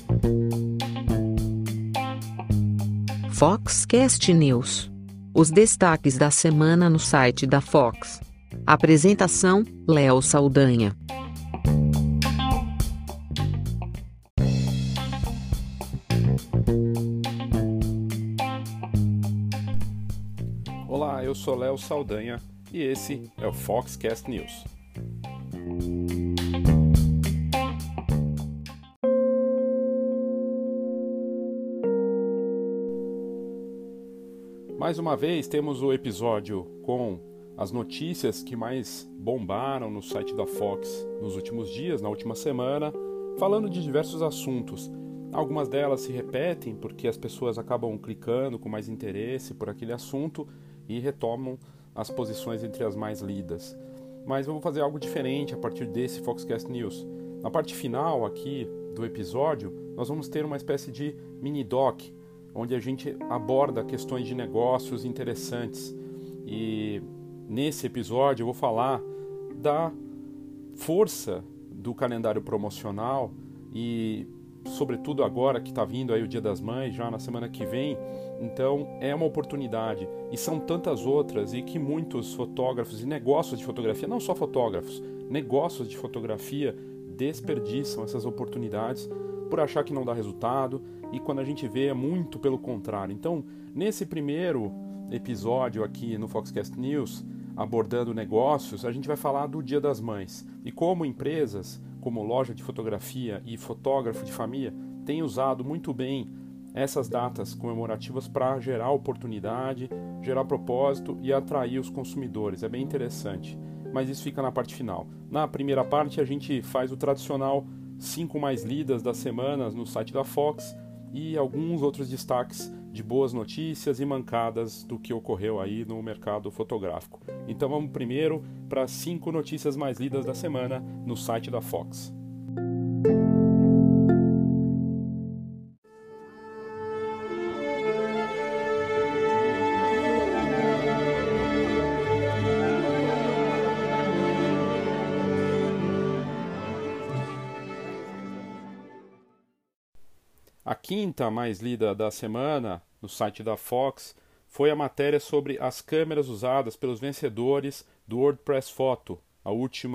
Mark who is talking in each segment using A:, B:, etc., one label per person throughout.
A: Foxcast News. Os destaques da semana no site da Fox. Apresentação: Léo Saldanha.
B: Olá, eu sou Léo Saldanha e esse é o Foxcast News. Mais uma vez temos o episódio com as notícias que mais bombaram no site da Fox nos últimos dias, na última semana, falando de diversos assuntos. Algumas delas se repetem porque as pessoas acabam clicando com mais interesse por aquele assunto e retomam as posições entre as mais lidas. Mas eu vou fazer algo diferente a partir desse Foxcast News. Na parte final aqui do episódio, nós vamos ter uma espécie de mini-doc, onde a gente aborda questões de negócios interessantes. E nesse episódio eu vou falar da força do calendário promocional e, sobretudo agora que está vindo aí o Dia das Mães, já na semana que vem. Então é uma oportunidade, e são tantas outras, e que muitos fotógrafos e negócios de fotografia, não só fotógrafos, negócios de fotografia desperdiçam essas oportunidades por achar que não dá resultado, e quando a gente vê é muito pelo contrário. Então, nesse primeiro episódio aqui no Foxcast News, abordando negócios, a gente vai falar do Dia das Mães e como empresas, como loja de fotografia e fotógrafo de família, têm usado muito bem essas datas comemorativas para gerar oportunidade, gerar propósito e atrair os consumidores. É bem interessante, mas isso fica na parte final. Na primeira parte a gente faz o tradicional 5 mais lidas das semanas no site da Fox e alguns outros destaques de boas notícias e mancadas do que ocorreu aí no mercado fotográfico. Então vamos primeiro para as 5 notícias mais lidas da semana no site da Fox. A quinta mais lida da semana no site da Fox foi a matéria sobre as câmeras usadas pelos vencedores do WordPress Photo, o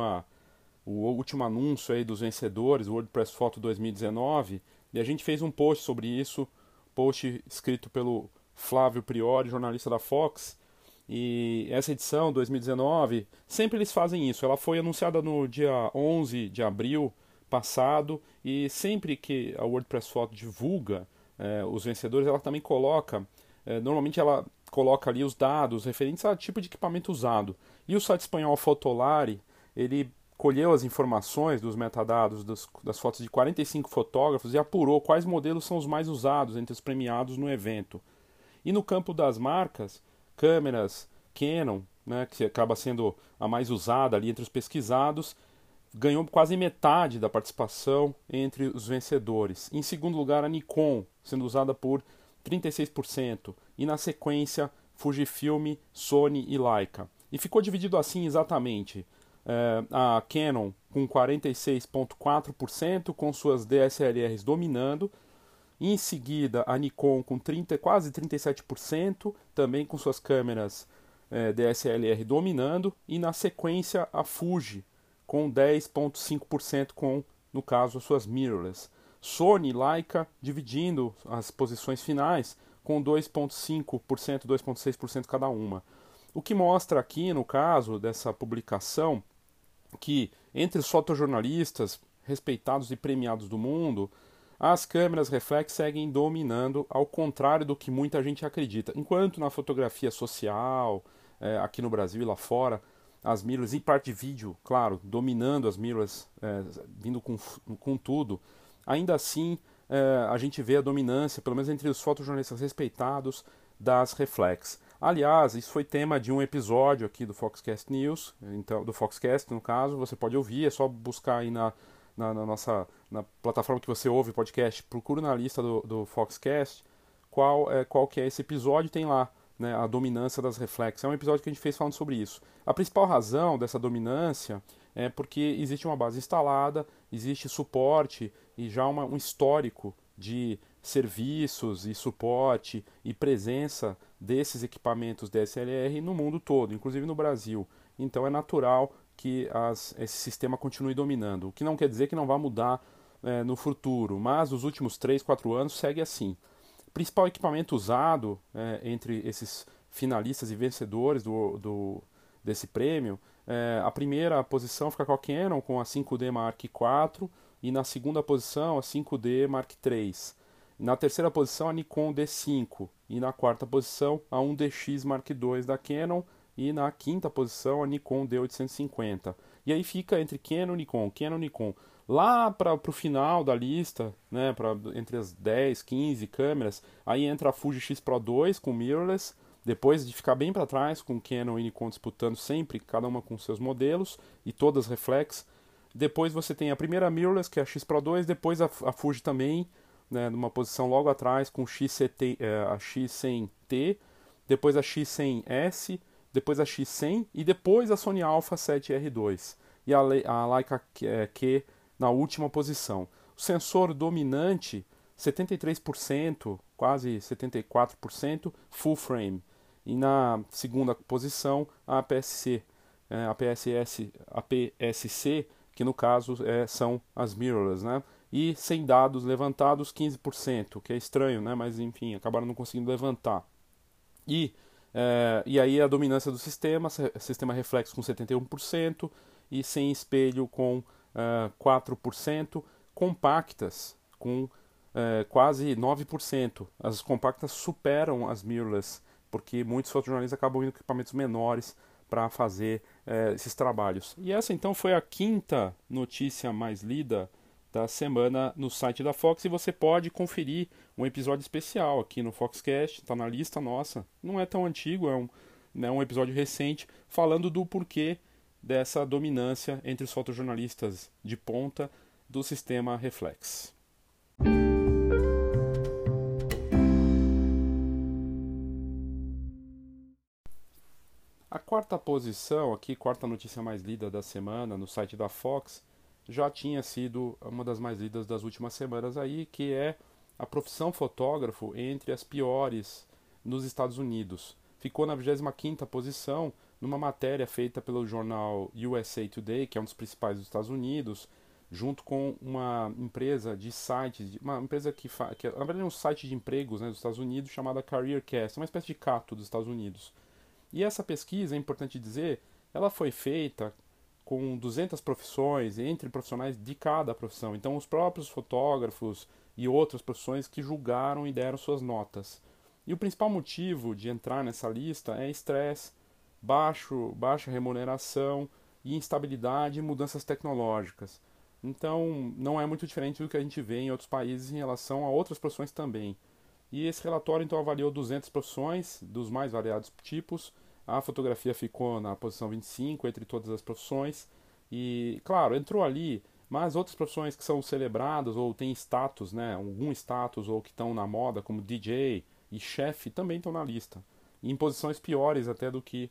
B: último anúncio aí dos vencedores, o WordPress Photo 2019, e a gente fez um post sobre isso, post escrito pelo Flávio Priori, jornalista da Fox, e essa edição 2019, sempre eles fazem isso, ela foi anunciada no dia 11 de abril passado, e sempre que a WordPress Photo divulga os vencedores, ela também coloca, normalmente ela coloca ali os dados referentes ao tipo de equipamento usado. E o site espanhol Fotolari, ele colheu as informações dos metadados das fotos de 45 fotógrafos e apurou quais modelos são os mais usados entre os premiados no evento. E no campo das marcas, câmeras Canon, né, que acaba sendo a mais usada ali entre os pesquisados, ganhou quase metade da participação entre os vencedores. Em segundo lugar, a Nikon, sendo usada por 36%. E na sequência, Fujifilm, Sony e Leica. E ficou dividido assim exatamente. A Canon com 46,4%, com suas DSLRs dominando. Em seguida, a Nikon com quase 37%, também com suas câmeras DSLR dominando. E na sequência, a Fuji, com 10,5% com, no caso, as suas mirrorless. Sony e Leica dividindo as posições finais com 2,5%, 2,6% cada uma. O que mostra aqui, no caso dessa publicação, que entre os fotojornalistas respeitados e premiados do mundo, as câmeras reflex seguem dominando, ao contrário do que muita gente acredita. Enquanto na fotografia social, aqui no Brasil e lá fora, as mirrorless, em parte de vídeo, claro, dominando as mirrorless, vindo com tudo, ainda assim a gente vê a dominância, pelo menos entre os fotojornalistas respeitados, das reflex. Aliás, isso foi tema de um episódio aqui do Foxcast News, então, do Foxcast no caso, você pode ouvir, é só buscar aí na plataforma que você ouve o podcast, procura na lista do Foxcast qual que é esse episódio, tem lá, né, a dominância das reflex. É um episódio que a gente fez falando sobre isso. A principal razão dessa dominância é porque existe uma base instalada, existe suporte e já um histórico de serviços e suporte e presença desses equipamentos DSLR no mundo todo, inclusive no Brasil. Então é natural que esse sistema continue dominando, o que não quer dizer que não vá mudar no futuro, mas os últimos 3, 4 anos segue assim. O principal equipamento usado entre esses finalistas e vencedores desse prêmio, a primeira posição fica com a Canon com a 5D Mark IV e na segunda posição a 5D Mark III. Na terceira posição a Nikon D5 e na quarta posição a 1DX Mark II da Canon e na quinta posição a Nikon D850. E aí fica entre Canon e Nikon, Canon e Nikon. Lá para o final da lista, né, entre as 10, 15 câmeras, aí entra a Fuji X Pro 2 com mirrorless, depois de ficar bem para trás com Canon e Nikon disputando sempre, cada uma com seus modelos e todas reflex. Depois você tem a primeira mirrorless, que é a X Pro 2, depois a Fuji também, né, numa posição logo atrás com a X100T, depois a X100S, depois a X100 e depois a Sony Alpha 7R2 e a Leica Q na última posição. O sensor dominante, 73%, quase 74%, full frame. E na segunda posição, a APS-C, que no caso são as mirrorless, né? E sem dados levantados, 15%, que é estranho, né? Mas enfim, acabaram não conseguindo levantar. E aí a dominância do sistema reflexo com 71% e sem espelho com 4%, compactas com quase 9%. As compactas superam as mirrorless, porque muitos fotojornalistas acabam indo com equipamentos menores para fazer esses trabalhos. E essa então foi a quinta notícia mais lida da semana no site da Fox, e você pode conferir um episódio especial aqui no Foxcast, está na lista nossa, não é tão antigo, é um episódio recente, falando do porquê dessa dominância entre os fotojornalistas de ponta do sistema reflex. A quarta posição, aqui, quarta notícia mais lida da semana no site da Fox, já tinha sido uma das mais lidas das últimas semanas aí, que é a profissão fotógrafo entre as piores nos Estados Unidos. Ficou na 25ª posição numa matéria feita pelo jornal USA Today, que é um dos principais dos Estados Unidos, junto com uma empresa de sites, uma empresa que na verdade é um site de empregos, né, dos Estados Unidos, chamada CareerCast, uma espécie de Cato dos Estados Unidos. E essa pesquisa, é importante dizer, ela foi feita com 200 profissões, entre profissionais de cada profissão. Então, os próprios fotógrafos e outras profissões que julgaram e deram suas notas. E o principal motivo de entrar nessa lista é estresse, baixa remuneração e instabilidade e mudanças tecnológicas. Então, não é muito diferente do que a gente vê em outros países em relação a outras profissões também. E esse relatório, então, avaliou 200 profissões dos mais variados tipos. A fotografia ficou na posição 25 entre todas as profissões. E, claro, entrou ali, mas outras profissões que são celebradas ou têm status, né, algum status ou que estão na moda, como DJ e chefe, também estão na lista. E em posições piores até do que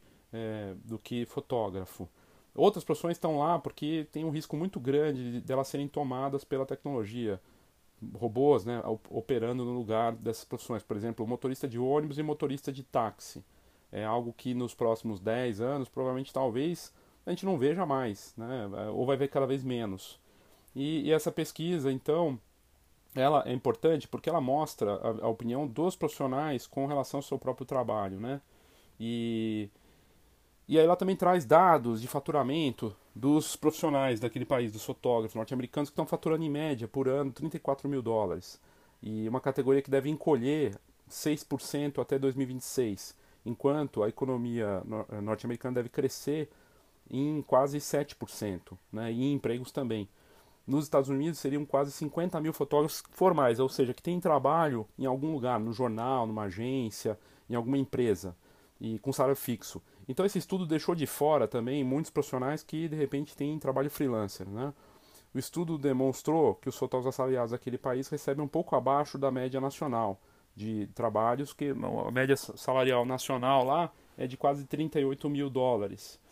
B: fotógrafo. Outras profissões estão lá porque tem um risco muito grande de elas serem tomadas pela tecnologia. Robôs, né, operando no lugar dessas profissões. Por exemplo, motorista de ônibus e motorista de táxi. É algo que nos próximos 10 anos, provavelmente, talvez, a gente não veja mais, né, ou vai ver cada vez menos. E essa pesquisa, então, ela é importante porque ela mostra a opinião dos profissionais com relação ao seu próprio trabalho, né? E aí ela também traz dados de faturamento dos profissionais daquele país, dos fotógrafos norte-americanos, que estão faturando em média por ano $34 mil. E uma categoria que deve encolher 6% até 2026, enquanto a economia norte-americana deve crescer em quase 7%, né? E em empregos também. Nos Estados Unidos seriam quase 50 mil fotógrafos formais, ou seja, que têm trabalho em algum lugar, no jornal, numa agência, em alguma empresa, e com salário fixo. Então esse estudo deixou de fora também muitos profissionais que de repente têm trabalho freelancer, né? O estudo demonstrou que os fotógrafos assalariados daquele país recebem um pouco abaixo da média nacional de trabalhos, que a média salarial nacional lá é de quase $38 mil.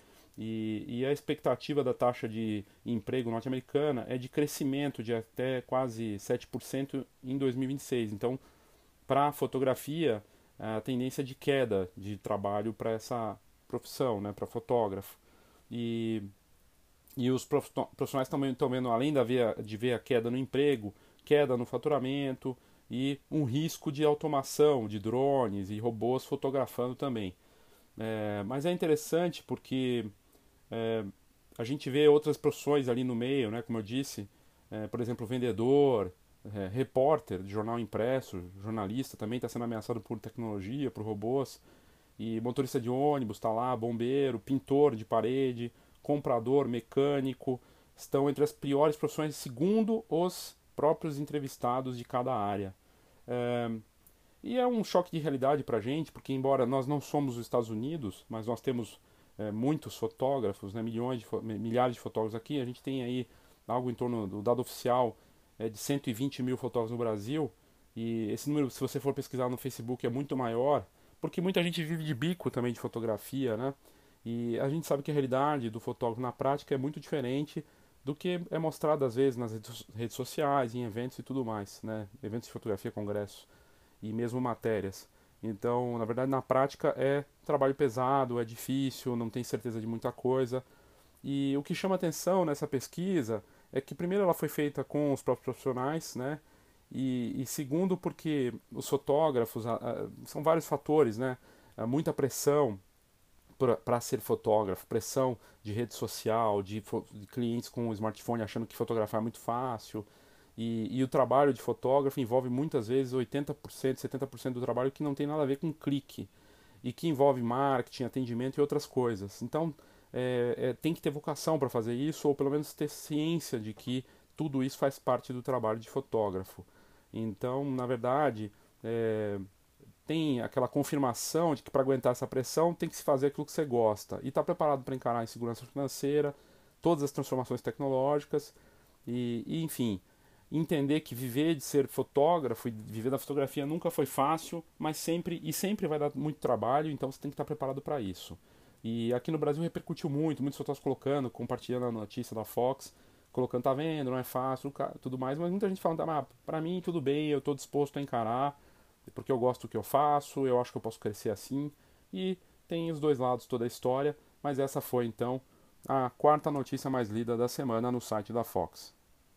B: E a expectativa da taxa de emprego norte-americana é de crescimento de até quase 7% em 2026. Então, para a fotografia, a tendência é de queda de trabalho para essa profissão, né, para fotógrafo. E, e os profissionais também estão vendo, além de ver a queda no emprego, queda no faturamento e um risco de automação de drones e robôs fotografando também. Mas é interessante porque é, a gente vê outras profissões ali no meio, né, como eu disse, por exemplo, vendedor, repórter de jornal impresso, jornalista também está sendo ameaçado por tecnologia, por robôs, e motorista de ônibus está lá, bombeiro, pintor de parede, comprador, mecânico, estão entre as piores profissões segundo os próprios entrevistados de cada área. É, e é um choque de realidade para a gente, porque embora nós não somos os Estados Unidos, mas nós temos muitos fotógrafos, né, milhares de fotógrafos aqui, a gente tem aí algo em torno do dado oficial de 120 mil fotógrafos no Brasil, e esse número, se você for pesquisar no Facebook, é muito maior, porque muita gente vive de bico também de fotografia, né? E a gente sabe que a realidade do fotógrafo na prática é muito diferente do que é mostrado às vezes nas redes sociais, em eventos e tudo mais, né? Eventos de fotografia, congressos e mesmo matérias. Então, na verdade, na prática é trabalho pesado, é difícil, não tem certeza de muita coisa. E o que chama atenção nessa pesquisa é que, primeiro, ela foi feita com os próprios profissionais, né? E segundo, porque os fotógrafos, são vários fatores, né? Há muita pressão para ser fotógrafo, pressão de rede social, de clientes com smartphone achando que fotografar é muito fácil. E o trabalho de fotógrafo envolve muitas vezes 80%, 70% do trabalho que não tem nada a ver com clique e que envolve marketing, atendimento e outras coisas. Então, tem que ter vocação para fazer isso, ou pelo menos ter ciência de que tudo isso faz parte do trabalho de fotógrafo. Então, na verdade, tem aquela confirmação de que para aguentar essa pressão tem que se fazer aquilo que você gosta e estar preparado para encarar a insegurança financeira, todas as transformações tecnológicas e enfim, entender que viver de ser fotógrafo e viver da fotografia nunca foi fácil, mas sempre vai dar muito trabalho, então você tem que estar preparado para isso. E aqui no Brasil repercutiu muito, muitos fotógrafos colocando, compartilhando a notícia da Fox, colocando, tá vendo, não é fácil, tudo mais, mas muita gente falando, pra mim tudo bem, eu estou disposto a encarar, porque eu gosto do que eu faço, eu acho que eu posso crescer assim, e tem os dois lados toda a história, mas essa foi então a quarta notícia mais lida da semana no site da Fox.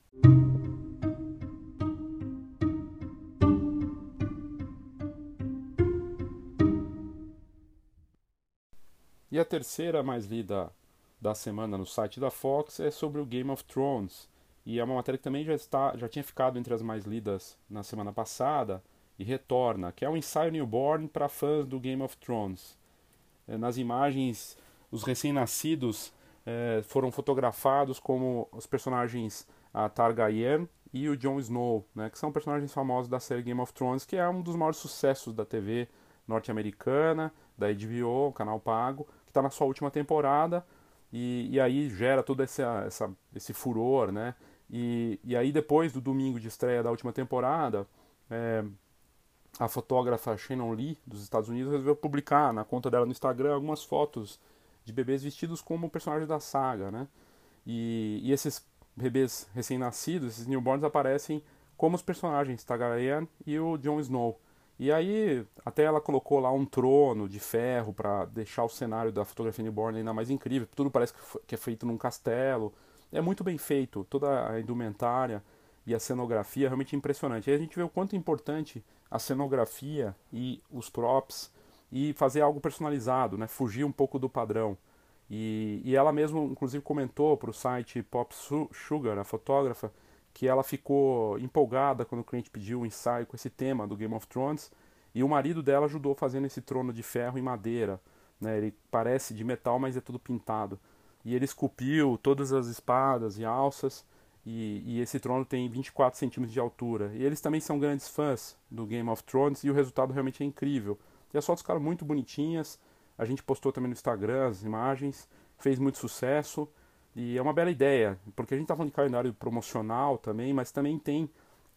B: E a terceira mais lida da semana no site da Fox é sobre o Game of Thrones. E é uma matéria que também já tinha ficado entre as mais lidas na semana passada e retorna, que é um ensaio newborn para fãs do Game of Thrones. Nas imagens, os recém-nascidos foram fotografados como os personagens a Targaryen e o Jon Snow, né, que são personagens famosos da série Game of Thrones, que é um dos maiores sucessos da TV norte-americana, da HBO, o canal pago, que está na sua última temporada, e aí gera todo esse furor, né? E aí depois do domingo de estreia da última temporada, a fotógrafa Shannon Lee, dos Estados Unidos, resolveu publicar na conta dela no Instagram algumas fotos de bebês vestidos como personagens da saga, né? E esses bebês recém-nascidos, esses newborns, aparecem como os personagens Targaryen e o Jon Snow. E aí, até ela colocou lá um trono de ferro para deixar o cenário da fotografia newborn ainda mais incrível. Tudo parece que é feito num castelo. É muito bem feito, toda a indumentária e a cenografia é realmente impressionante. E aí a gente vê o quanto é importante a cenografia e os props e fazer algo personalizado, né? Fugir um pouco do padrão. E ela mesma, inclusive, comentou para o site Pop Sugar, a fotógrafa, que ela ficou empolgada quando o cliente pediu um ensaio com esse tema do Game of Thrones, e o marido dela ajudou fazendo esse trono de ferro em madeira, né? Ele parece de metal, mas é tudo pintado. E ele esculpiu todas as espadas e alças, e esse trono tem 24 centímetros de altura. E eles também são grandes fãs do Game of Thrones, e o resultado realmente é incrível. E as fotos ficaram muito bonitinhas, a gente postou também no Instagram as imagens, fez muito sucesso. E é uma bela ideia, porque a gente está falando de calendário promocional também, mas também tem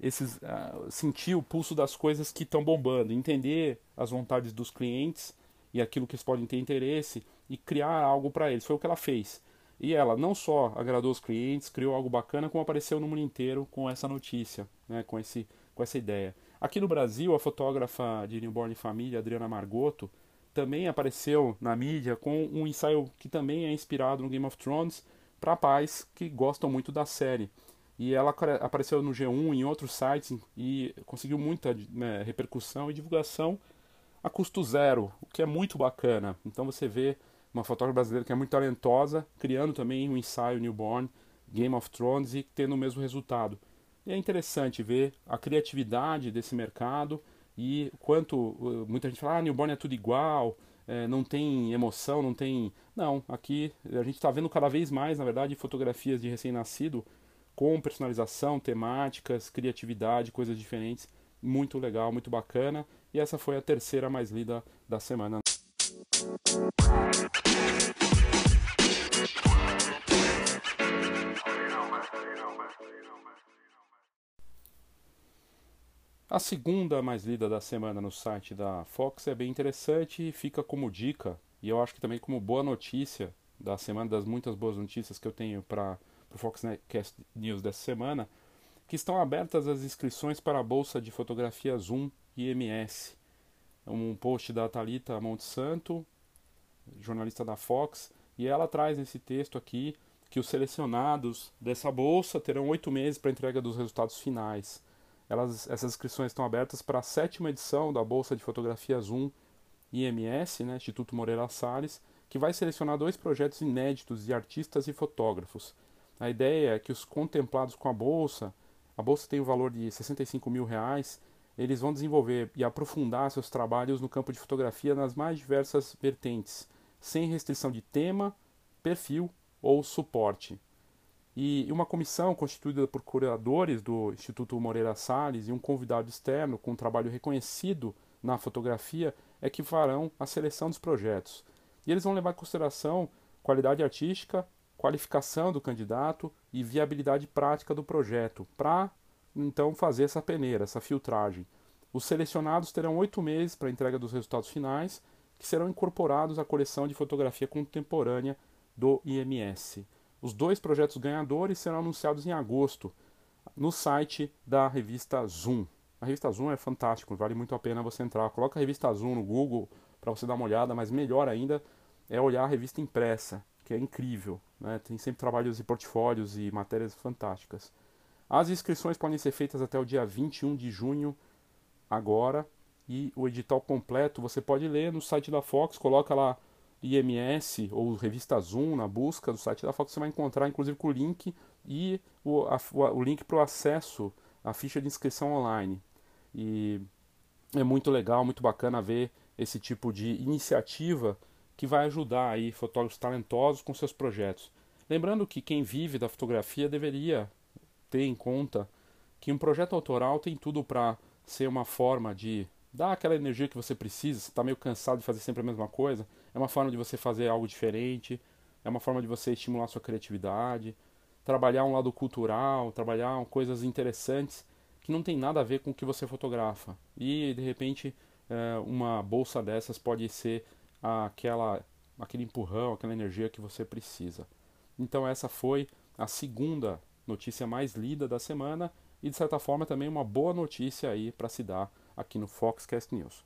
B: sentir o pulso das coisas que estão bombando, entender as vontades dos clientes e aquilo que eles podem ter interesse e criar algo para eles. Foi o que ela fez. E ela não só agradou os clientes, criou algo bacana, como apareceu no mundo inteiro com essa notícia, né, com essa ideia. Aqui no Brasil, a fotógrafa de Newborn e Família, Adriana Margotto, também apareceu na mídia com um ensaio que também é inspirado no Game of Thrones para pais que gostam muito da série. E ela apareceu no G1 e em outros sites e conseguiu muita, né, repercussão e divulgação a custo zero, o que é muito bacana. Então você vê uma fotógrafa brasileira que é muito talentosa, criando também um ensaio Newborn, Game of Thrones e tendo o mesmo resultado. E é interessante ver a criatividade desse mercado e quanto muita gente fala, Newborn é tudo igual, não tem emoção, não tem... Não, aqui a gente está vendo cada vez mais, na verdade, fotografias de recém-nascido com personalização, temáticas, criatividade, coisas diferentes. Muito legal, muito bacana. E essa foi a terceira mais lida da semana. A segunda mais lida da semana no site da Fox é bem interessante e fica como dica, e eu acho que também como boa notícia da semana, das muitas boas notícias que eu tenho para o Foxcast News dessa semana, que estão abertas as inscrições para a Bolsa de Fotografia Zoom IMS. Um post da Thalita Montesanto, jornalista da Fox, e ela traz nesse texto aqui que os selecionados dessa bolsa terão 8 meses para a entrega dos resultados finais. Essas inscrições estão abertas para a 7ª edição da Bolsa de Fotografia Zoom IMS, né, Instituto Moreira Salles, que vai selecionar 2 projetos inéditos de artistas e fotógrafos. A ideia é que os contemplados com a bolsa tem o valor de R$65 mil, eles vão desenvolver e aprofundar seus trabalhos no campo de fotografia nas mais diversas vertentes, sem restrição de tema, perfil ou suporte. E uma comissão constituída por curadores do Instituto Moreira Salles e um convidado externo com um trabalho reconhecido na fotografia é que farão a seleção dos projetos. E eles vão levar em consideração qualidade artística, qualificação do candidato e viabilidade prática do projeto, para então fazer essa peneira, essa filtragem. Os selecionados terão 8 meses para a entrega dos resultados finais, que serão incorporados à coleção de fotografia contemporânea do IMS. Os 2 projetos ganhadores serão anunciados em agosto no site da revista Zoom. A revista Zoom é fantástico, vale muito a pena você entrar. Coloca a revista Zoom no Google para você dar uma olhada, mas melhor ainda é olhar a revista impressa, que é incrível, né? Tem sempre trabalhos e portfólios e matérias fantásticas. As inscrições podem ser feitas até o dia 21 de junho agora, e o edital completo você pode ler no site da Fox, coloca lá IMS ou revista Zoom na busca do site da Fox, você vai encontrar inclusive com o link e o link para o acesso à ficha de inscrição online. E é muito legal, muito bacana ver esse tipo de iniciativa que vai ajudar aí fotógrafos talentosos com seus projetos. Lembrando que quem vive da fotografia deveria ter em conta que um projeto autoral tem tudo para ser uma forma de dar aquela energia que você precisa. Você está meio cansado de fazer sempre a mesma coisa, é uma forma de você fazer algo diferente, é uma forma de você estimular a sua criatividade, trabalhar um lado cultural, trabalhar coisas interessantes que não tem nada a ver com o que você fotografa. E de repente uma bolsa dessas pode ser aquele empurrão, aquela energia que você precisa. Então essa foi a segunda notícia mais lida da semana e de certa forma também uma boa notícia aí para se dar aqui no Foxcast News.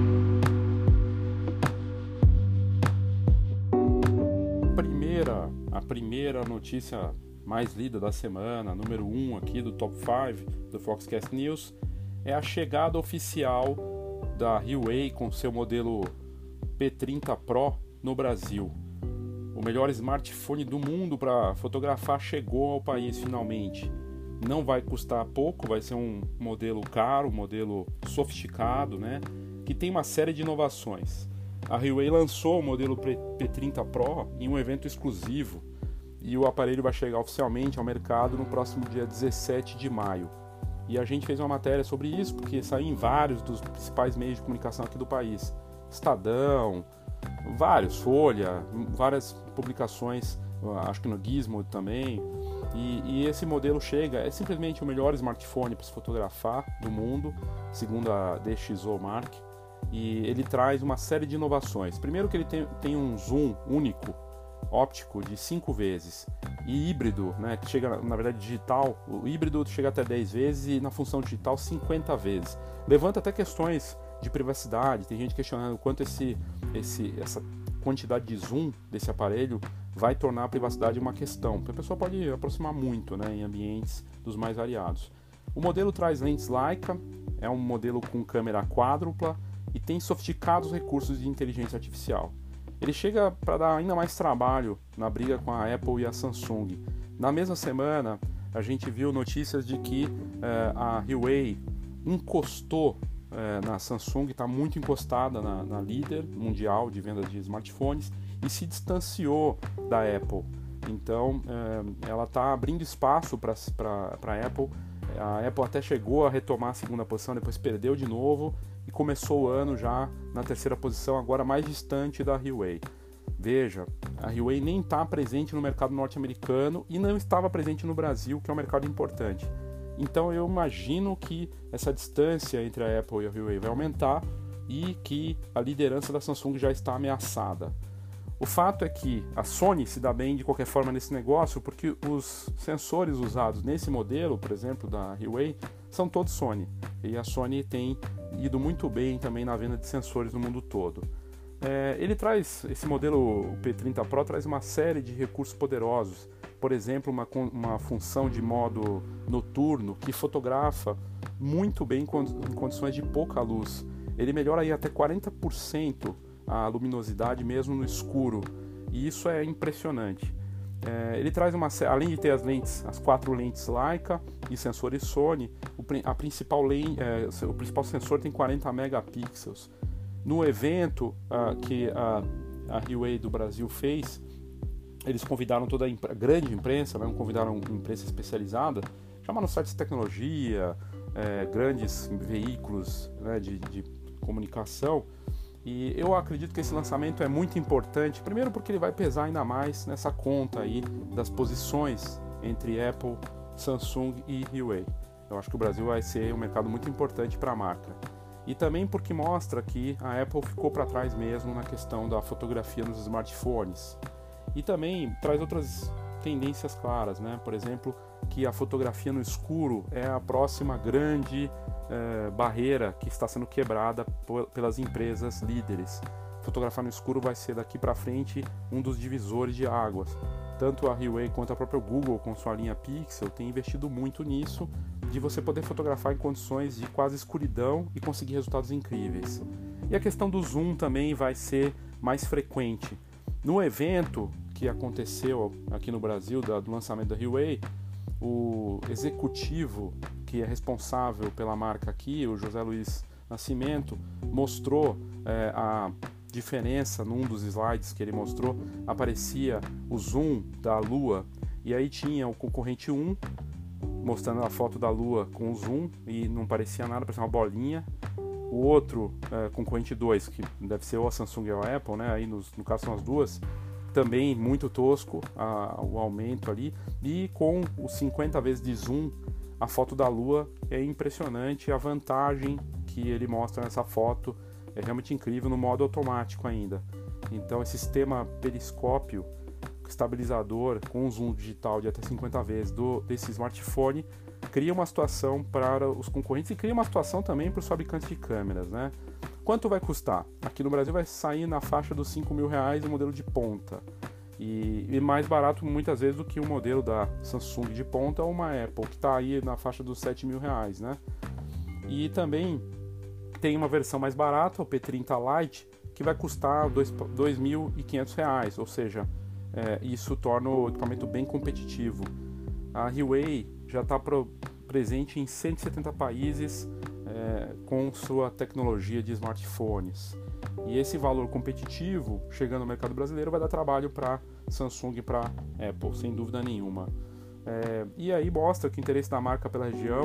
B: A primeira notícia mais lida da semana, número 1 aqui do Top 5 do Foxcast News, é a chegada oficial da Huawei com seu modelo P30 Pro no Brasil. O melhor smartphone do mundo para fotografar chegou ao país finalmente. Não vai custar pouco, vai ser um modelo caro, um modelo sofisticado, né? Que tem uma série de inovações. A Huawei lançou o modelo P30 Pro em um evento exclusivo e o aparelho vai chegar oficialmente ao mercado no próximo dia 17 de maio. E a gente fez uma matéria sobre isso, porque saiu em vários dos principais meios de comunicação aqui do país. Estadão, Folha, várias publicações, acho que no Gizmodo também. E esse modelo é simplesmente o melhor smartphone para se fotografar do mundo, segundo a DxOMark. e ele traz uma série de inovações. Primeiro que ele tem um zoom único, óptico, de 5 vezes, e híbrido, né, que chega, na verdade, digital, o híbrido chega até 10 vezes e na função digital 50 vezes. Levanta até questões de privacidade, tem gente questionando quanto essa quantidade de zoom desse aparelho vai tornar a privacidade uma questão, porque a pessoa pode aproximar muito, né, em ambientes dos mais variados. O modelo traz lentes Leica, é um modelo com câmera quádrupla e tem sofisticados recursos de inteligência artificial. Ele chega para dar ainda mais trabalho na briga com a Apple e a Samsung. Na mesma semana, a gente viu notícias de que a Huawei encostou na Samsung, está muito encostada na líder mundial de venda de smartphones e se distanciou da Apple. Então, ela está abrindo espaço para a Apple. A Apple até chegou a retomar a segunda posição, depois perdeu de novo e começou o ano já na terceira posição, agora mais distante da Huawei. Veja, a Huawei nem está presente no mercado norte-americano e não estava presente no Brasil, que é um mercado importante. Então eu imagino que essa distância entre a Apple e a Huawei vai aumentar e que a liderança da Samsung já está ameaçada. O fato é que a Sony se dá bem de qualquer forma nesse negócio, porque os sensores usados nesse modelo, por exemplo, da Huawei, são todos Sony. E a Sony tem ido muito bem também na venda de sensores no mundo todo. Ele traz, esse modelo o P30 Pro traz uma série de recursos poderosos. Por exemplo, uma função de modo noturno que fotografa muito bem em condições de pouca luz. Ele melhora aí até 40% a luminosidade mesmo no escuro, e isso é impressionante. Ele traz além de ter as 4 lentes Leica e sensores Sony, o principal sensor tem 40 megapixels. No evento que a Huawei do Brasil fez, eles convidaram toda a grande imprensa, não convidaram imprensa especializada, chamaram sites de tecnologia, grandes veículos, né, de comunicação. E eu acredito que esse lançamento é muito importante, primeiro porque ele vai pesar ainda mais nessa conta aí das posições entre Apple, Samsung e Huawei. Eu acho que o Brasil vai ser um mercado muito importante para a marca. E também porque mostra que a Apple ficou para trás mesmo na questão da fotografia nos smartphones. E também traz outras tendências claras, né? Por exemplo, que a fotografia no escuro é a próxima grande barreira que está sendo quebrada pelas empresas líderes. Fotografar no escuro vai ser daqui para frente um dos divisores de águas. Tanto a Huawei quanto a própria Google, com sua linha Pixel, tem investido muito nisso, de você poder fotografar em condições de quase escuridão e conseguir resultados incríveis. E a questão do zoom também vai ser mais frequente. No evento que aconteceu aqui no Brasil, do lançamento da Huawei, o executivo que é responsável pela marca aqui, o José Luiz Nascimento, mostrou a diferença num dos slides que ele mostrou, aparecia o zoom da Lua, e aí tinha o concorrente 1 mostrando a foto da Lua com o zoom e não parecia nada, parecia uma bolinha. O outro, concorrente 2, que deve ser ou a Samsung ou a Apple, né? Aí no caso são as duas, também muito tosco o aumento ali, e com os 50 vezes de zoom, a foto da Lua é impressionante, a vantagem que ele mostra nessa foto é realmente incrível no modo automático ainda. Então esse sistema periscópio estabilizador com zoom digital de até 50 vezes desse smartphone cria uma situação para os concorrentes e cria uma situação também para os fabricantes de câmeras, né? Quanto vai custar? Aqui no Brasil vai sair na faixa dos R$5.000 o modelo de ponta. E mais barato muitas vezes do que o modelo da Samsung de ponta ou uma Apple, que está aí na faixa dos R$7.000, né? E também tem uma versão mais barata, o P30 Lite, que vai custar R$2.500, ou seja, isso torna o equipamento bem competitivo. A Huawei já está presente em 170 países com sua tecnologia de smartphones. E esse valor competitivo, chegando no mercado brasileiro, vai dar trabalho para Samsung e para Apple, sem dúvida nenhuma. E aí mostra que o interesse da marca pela região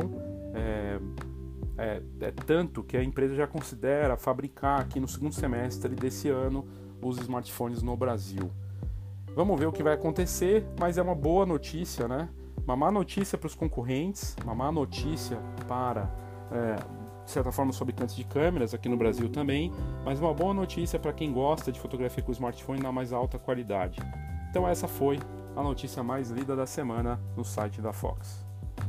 B: é tanto que a empresa já considera fabricar aqui no segundo semestre desse ano os smartphones no Brasil. Vamos ver o que vai acontecer, mas é uma boa notícia, né? Uma má notícia para os concorrentes, uma má notícia para de certa forma, os fabricantes de câmeras aqui no Brasil também, mas uma boa notícia para quem gosta de fotografia com smartphone na mais alta qualidade. Então essa foi a notícia mais lida da semana no site da Fox.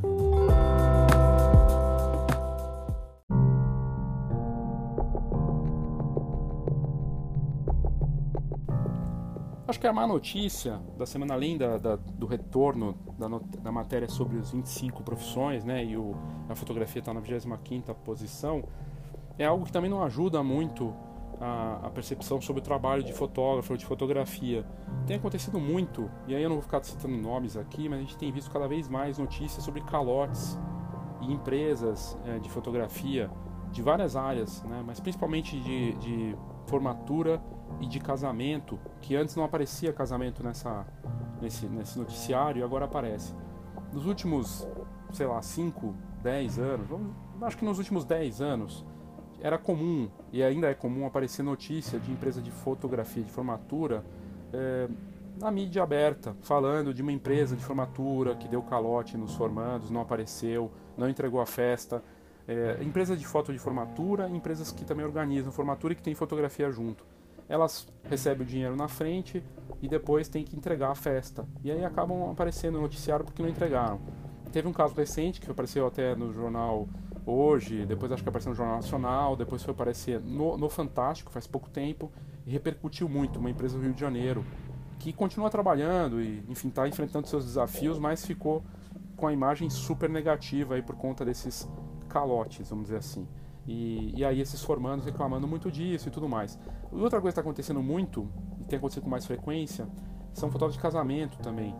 B: Acho que a má notícia da semana, além do retorno da matéria sobre os 25 profissões, né, e a fotografia está na 25ª posição, é algo que também não ajuda muito a percepção sobre o trabalho de fotógrafo ou de fotografia. Tem acontecido muito, e aí eu não vou ficar citando nomes aqui, mas a gente tem visto cada vez mais notícias sobre calotes e empresas de fotografia de várias áreas, né, mas principalmente de formatura e de casamento, que antes não aparecia casamento nesse noticiário e agora aparece. Nos últimos, 5, 10 anos, acho que nos últimos 10 anos, era comum, e ainda é comum, aparecer notícia de empresa de fotografia de formatura na mídia aberta, falando de uma empresa de formatura que deu calote nos formandos, não apareceu, não entregou a festa. Empresas de foto de formatura, empresas que também organizam formatura e que tem fotografia junto. Elas recebem o dinheiro na frente e depois tem que entregar a festa. E aí acabam aparecendo no noticiário porque não entregaram. Teve um caso recente que apareceu até no jornal Hoje, depois acho que apareceu no Jornal Nacional, depois foi aparecer no Fantástico faz pouco tempo e repercutiu muito. Uma empresa do Rio de Janeiro que continua trabalhando e, enfim, está enfrentando seus desafios, mas ficou com a imagem super negativa aí por conta desses calotes, vamos dizer assim. E aí esses formandos reclamando muito disso e tudo mais. Outra coisa que está acontecendo muito, e tem acontecido com mais frequência, são fotógrafos de casamento também,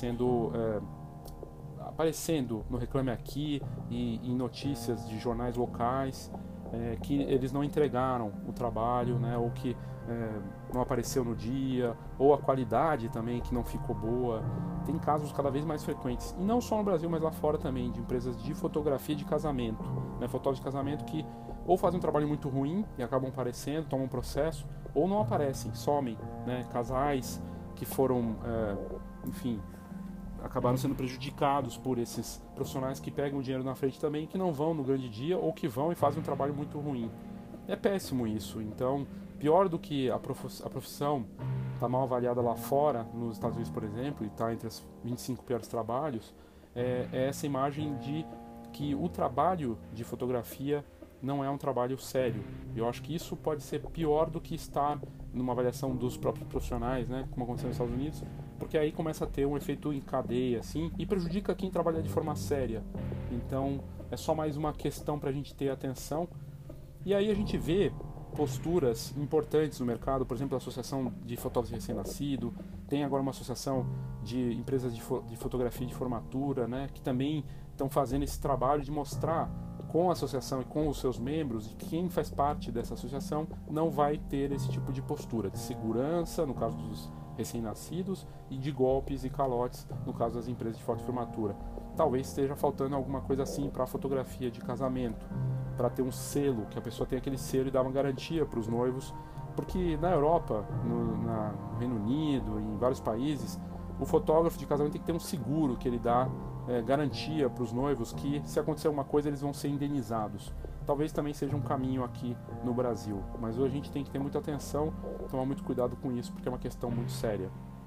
B: aparecendo no Reclame Aqui e em notícias de jornais locais, que eles não entregaram o trabalho, né, ou que não apareceu no dia, ou a qualidade também que não ficou boa. Tem casos cada vez mais frequentes, e não só no Brasil, mas lá fora também, de empresas de fotografia de casamento, né, fotógrafos de casamento que ou fazem um trabalho muito ruim e acabam aparecendo, tomam um processo, ou não aparecem, somem, né, casais que foram, acabaram sendo prejudicados por esses profissionais que pegam o dinheiro na frente também, que não vão no grande dia ou que vão e fazem um trabalho muito ruim. É péssimo isso. Então, pior do que a profissão está mal avaliada lá fora, nos Estados Unidos, por exemplo, e está entre os 25 piores trabalhos, é essa imagem de que o trabalho de fotografia não é um trabalho sério. Eu acho que isso pode ser pior do que estar numa avaliação dos próprios profissionais, né, como aconteceu nos Estados Unidos, porque aí começa a ter um efeito em cadeia, assim, e prejudica quem trabalha de forma séria. Então, é só mais uma questão para a gente ter atenção. E aí a gente vê posturas importantes no mercado, por exemplo, a Associação de Fotógrafos Recém-Nascido, tem agora uma associação de empresas de fotografia de formatura, né, que também estão fazendo esse trabalho de mostrar com a associação e com os seus membros, e quem faz parte dessa associação não vai ter esse tipo de postura de segurança, no caso dos recém-nascidos, e de golpes e calotes, no caso das empresas de foto de formatura. Talvez esteja faltando alguma coisa assim para a fotografia de casamento, para ter um selo, que a pessoa tenha aquele selo e dar uma garantia para os noivos, porque na Europa, no Reino Unido, em vários países, o fotógrafo de casamento tem que ter um seguro que ele dá garantia para os noivos que, se acontecer alguma coisa, eles vão ser indenizados. Talvez também seja um caminho aqui no Brasil, mas hoje a gente tem que ter muita atenção, tomar muito cuidado com isso, porque é uma questão muito séria.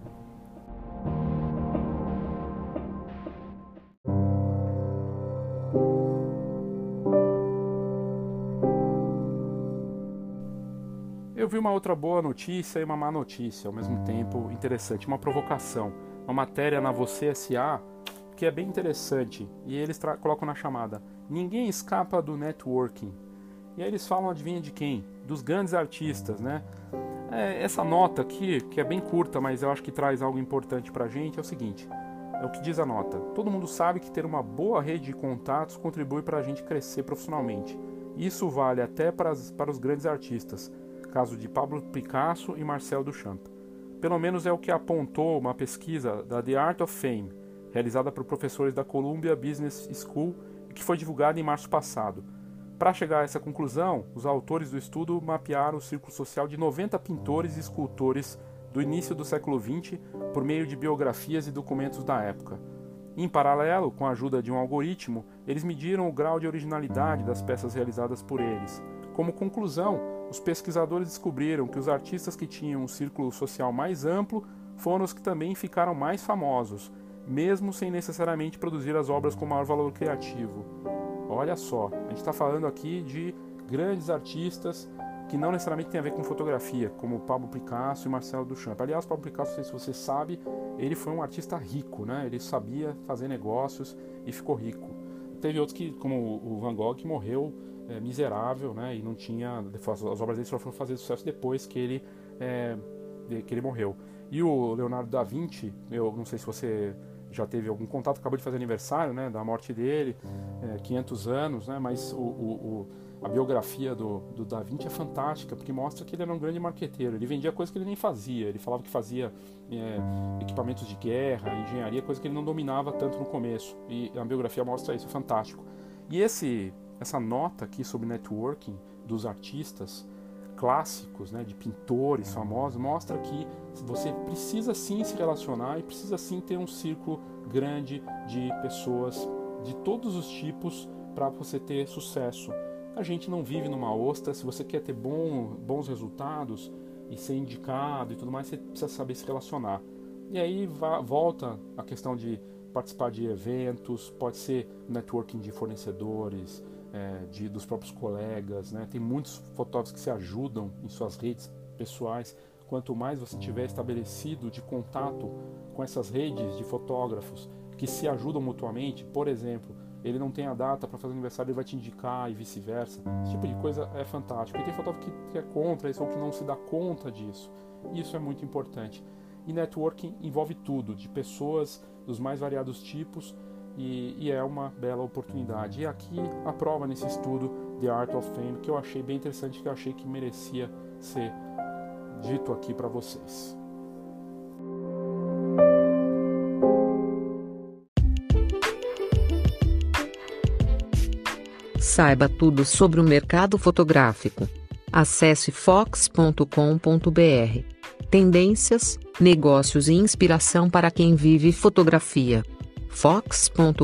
B: Eu vi uma outra boa notícia e uma má notícia ao mesmo tempo, interessante, uma provocação, uma matéria na Você S.A. que é bem interessante, e eles colocam na chamada: ninguém escapa do networking. E aí eles falam, adivinha de quem? Dos grandes artistas, né? Essa nota aqui, que é bem curta, mas eu acho que traz algo importante pra gente, é o seguinte: é o que diz a nota. Todo mundo sabe que ter uma boa rede de contatos contribui para a gente crescer profissionalmente. Isso vale até para os grandes artistas, caso de Pablo Picasso e Marcel Duchamp. Pelo menos é o que apontou uma pesquisa da The Art of Fame, realizada por professores da Columbia Business School e que foi divulgada em março passado. Para chegar a essa conclusão, os autores do estudo mapearam o círculo social de 90 pintores e escultores do início do século XX por meio de biografias e documentos da época. Em paralelo, com a ajuda de um algoritmo, eles mediram o grau de originalidade das peças realizadas por eles. Como conclusão, os pesquisadores descobriram que os artistas que tinham um círculo social mais amplo foram os que também ficaram mais famosos, mesmo sem necessariamente produzir as obras com maior valor criativo. Olha só, a gente está falando aqui de grandes artistas que não necessariamente tem a ver com fotografia, como Pablo Picasso e Marcel Duchamp. Aliás, Pablo Picasso, não sei se você sabe, ele foi um artista rico, né? Ele sabia fazer negócios e ficou rico. Teve outros que, como o Van Gogh, que morreu miserável, né? E não tinha, as obras dele só foram fazer sucesso depois que ele morreu. E o Leonardo da Vinci, eu não sei se você já teve algum contato, acabou de fazer aniversário, né, da morte dele, 500 anos, né? Mas a biografia do Da Vinci é fantástica, porque mostra que ele era um grande marqueteiro. Ele vendia coisas que ele nem fazia. Ele falava que fazia equipamentos de guerra, engenharia, coisa que ele não dominava tanto no começo. E a biografia mostra isso, é fantástico. E essa nota aqui sobre networking dos artistas clássicos, né, de pintores famosos, mostra que você precisa sim se relacionar e precisa sim ter um círculo grande de pessoas de todos os tipos para você ter sucesso. A gente não vive numa ostra. Se você quer ter bons resultados e ser indicado e tudo mais, você precisa saber se relacionar. E aí volta a questão de participar de eventos, pode ser networking de fornecedores, dos próprios colegas, né? Tem muitos fotógrafos que se ajudam em suas redes pessoais. Quanto mais você tiver estabelecido de contato com essas redes de fotógrafos que se ajudam mutuamente, por exemplo, ele não tem a data para fazer aniversário, ele vai te indicar e vice-versa. Esse tipo de coisa é fantástico. E tem fotógrafo que é contra isso ou que não se dá conta disso. Isso é muito importante. E networking envolve tudo, de pessoas dos mais variados tipos, e é uma bela oportunidade. E aqui a prova nesse estudo The Art of Fame, que eu achei bem interessante, que eu achei que merecia ser dito aqui para vocês.
A: Saiba tudo sobre o mercado fotográfico. Acesse fox.com.br. Tendências, negócios e inspiração para quem vive fotografia. fox.com.br.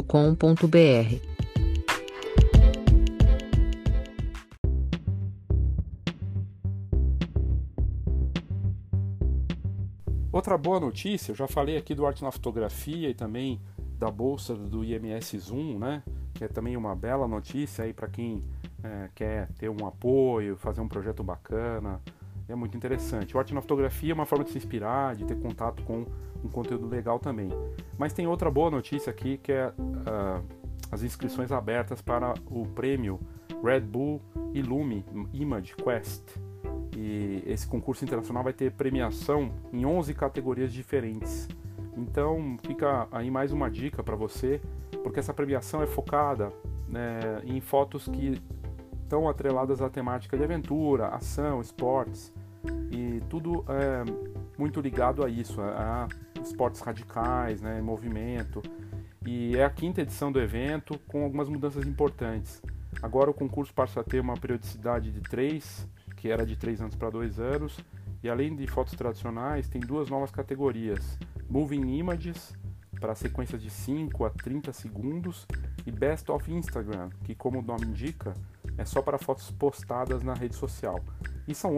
B: Outra boa notícia, eu já falei aqui do Arte na Fotografia e também da bolsa do IMS Zoom, né? Que é também uma bela notícia aí para quem quer ter um apoio, fazer um projeto bacana. É muito interessante. O Arte na Fotografia é uma forma de se inspirar, de ter contato com um conteúdo legal também. Mas tem outra boa notícia aqui, que é as inscrições abertas para o prêmio Red Bull Illumi Image Quest. E esse concurso internacional vai ter premiação em 11 categorias diferentes. Então fica aí mais uma dica para você, porque essa premiação é focada, né, em fotos que estão atreladas à temática de aventura, ação, esportes, e tudo é muito ligado a isso, a esportes radicais, né, movimento. E é a 5ª edição do evento, com algumas mudanças importantes. Agora o concurso passa a ter uma periodicidade de 3, que era de 3 anos para 2 anos, e além de fotos tradicionais, tem 2 novas categorias: Moving Images, para sequências de 5 a 30 segundos, e Best of Instagram, que, como o nome indica, é só para fotos postadas na rede social. E são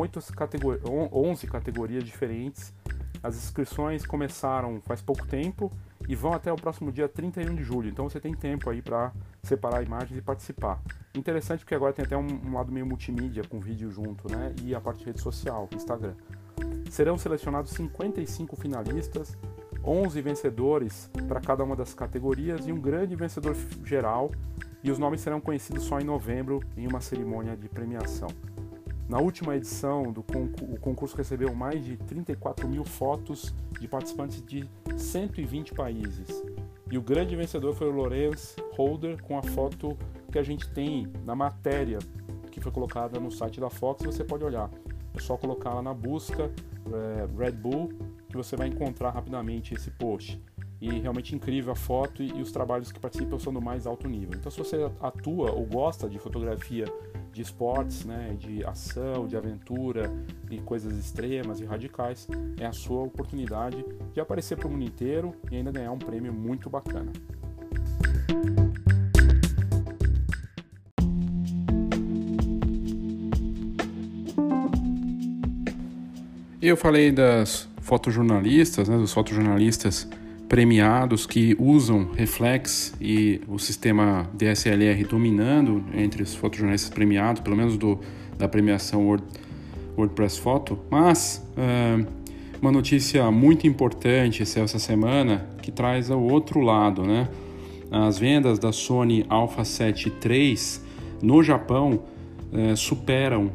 B: 11 categorias diferentes. As inscrições começaram faz pouco tempo e vão até o próximo dia 31 de julho, então você tem tempo aí para separar imagens e participar. Interessante porque agora tem até um lado meio multimídia com vídeo junto, né? E a parte de rede social, Instagram. Serão selecionados 55 finalistas, 11 vencedores para cada uma das categorias e um grande vencedor geral, e os nomes serão conhecidos só em novembro em uma cerimônia de premiação. Na última edição o concurso recebeu mais de 34 mil fotos de participantes de 120 países. E o grande vencedor foi o Lawrence Holder, com a foto que a gente tem na matéria que foi colocada no site da Fox. Você pode olhar, é só colocar lá na busca Red Bull, que você vai encontrar rapidamente esse post. E realmente incrível a foto, e os trabalhos que participam são do mais alto nível. Então, se você atua ou gosta de fotografia de esportes, né, de ação, de aventura e coisas extremas e radicais, é a sua oportunidade de aparecer para o mundo inteiro e ainda ganhar um prêmio muito bacana. Eu falei das fotojornalistas, dos fotojornalistas premiados que usam reflex e o sistema DSLR dominando entre os fotojornalistas premiados, pelo menos da premiação WordPress Photo, mas uma notícia muito importante essa semana que traz o outro lado, né? As vendas da Sony Alpha 7 III no Japão superam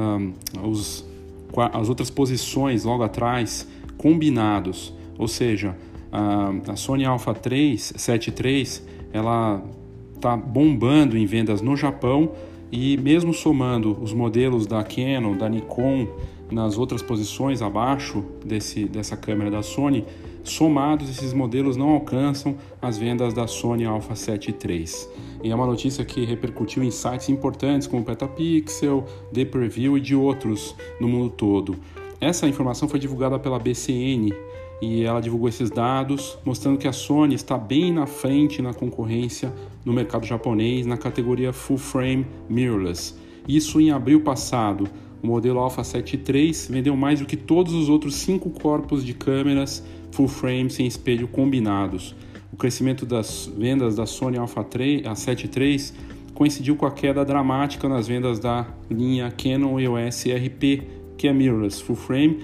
B: as outras posições logo atrás combinados, ou seja, a Sony Alpha 7 III ela está bombando em vendas no Japão e mesmo somando os modelos da Canon, da Nikon nas outras posições abaixo dessa câmera da Sony, somados esses modelos não alcançam as vendas da Sony Alpha 7 III. E é uma notícia que repercutiu em sites importantes como Petapixel, The Preview e de outros no mundo todo. Essa informação foi divulgada pela BCN e ela divulgou esses dados, mostrando que a Sony está bem na frente na concorrência no mercado japonês na categoria Full Frame Mirrorless. Isso em abril passado. O modelo Alpha 7 III vendeu mais do que todos os outros 5 corpos de câmeras full frame sem espelho combinados. O crescimento das vendas da Sony Alpha 7 III coincidiu com a queda dramática nas vendas da linha Canon EOS RP, que é mirrorless full frame,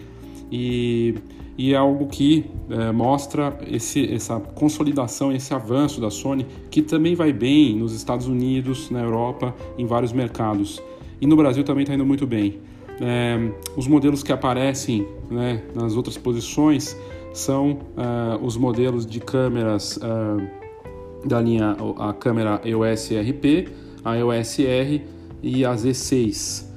B: e é algo que mostra essa consolidação, esse avanço da Sony, que também vai bem nos Estados Unidos, na Europa, em vários mercados. E no Brasil também está indo muito bem. Os modelos que aparecem, né, nas outras posições são os modelos de câmeras da linha, a câmera EOS RP, a EOS R e a Z6.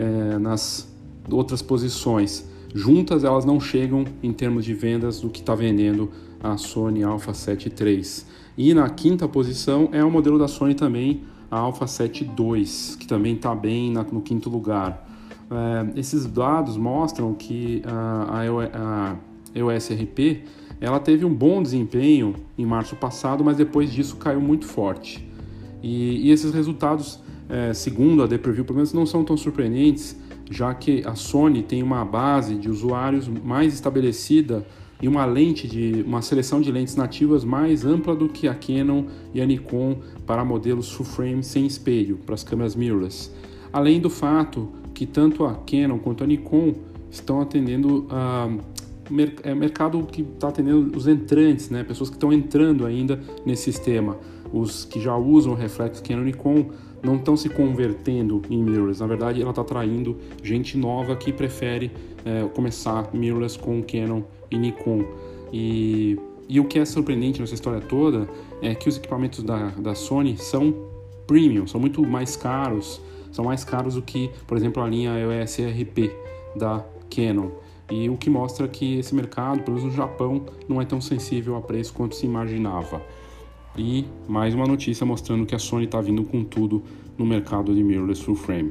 B: Nas outras posições, juntas elas não chegam em termos de vendas do que está vendendo a Sony Alpha 7 III. E na quinta posição é o modelo da Sony também, a Alpha 7 II, que também está bem no quinto lugar. Esses dados mostram que a EOS RP ela teve um bom desempenho em março passado, mas depois disso caiu muito forte. E esses resultados, segundo a The Preview, pelo menos não são tão surpreendentes, já que a Sony tem uma base de usuários mais estabelecida e uma seleção de lentes nativas mais ampla do que a Canon e a Nikon para modelos full frame sem espelho, para as câmeras mirrorless. Além do fato que tanto a Canon quanto a Nikon estão atendendo mercado que está atendendo os entrantes, né? Pessoas que estão entrando ainda nesse sistema. Os que já usam o reflex Canon e Nikon não estão se convertendo em mirrorless. Na verdade, ela está atraindo gente nova que prefere começar mirrorless com Canon e Nikon. E o que é surpreendente nessa história toda é que os equipamentos da Sony são premium, são muito mais caros, são mais caros do que, por exemplo, a linha EOS RP da Canon. E o que mostra que esse mercado, pelo menos no Japão, não é tão sensível a preço quanto se imaginava. E mais uma notícia mostrando que a Sony está vindo com tudo no mercado de mirrorless full frame.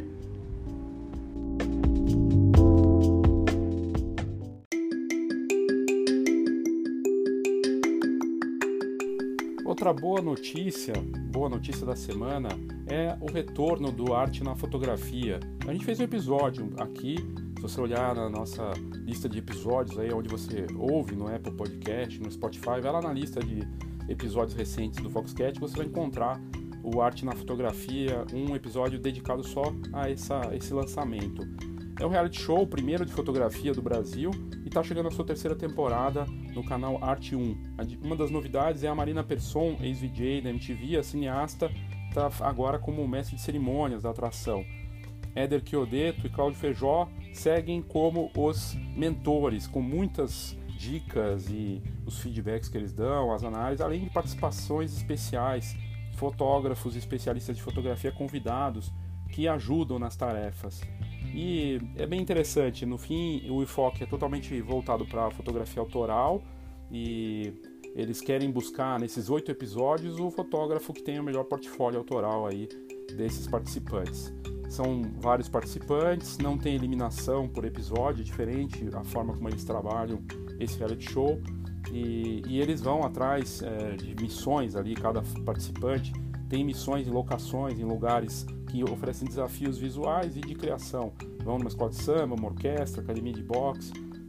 B: Outra boa notícia da semana é o retorno do Arte na Fotografia. A gente fez um episódio aqui, se você olhar na nossa lista de episódios, aí onde você ouve no Apple Podcast, no Spotify, vai lá na lista de episódios recentes do Foxcast, você vai encontrar o Arte na Fotografia, um episódio dedicado só a esse lançamento. É um reality show, o primeiro de fotografia do Brasil, e está chegando a sua terceira temporada no canal Arte 1. Uma das novidades é a Marina Persson, ex-VJ da MTV, a cineasta, está agora como mestre de cerimônias da atração. Éder Chiodeto e Cláudio Feijó seguem como os mentores, com muitas dicas e os feedbacks que eles dão, as análises, além de participações especiais, fotógrafos e especialistas de fotografia convidados que ajudam nas tarefas. E é bem interessante, no fim o enfoque é totalmente voltado para a fotografia autoral e eles querem buscar nesses 8 episódios o fotógrafo que tem o melhor portfólio autoral aí desses participantes. São vários participantes, não tem eliminação por episódio, é diferente a forma como eles trabalham esse reality show, e eles vão atrás de missões ali, cada participante tem missões em locações, em lugares que oferecem desafios visuais e de criação. Vão numa escola de samba, uma orquestra, academia de boxe,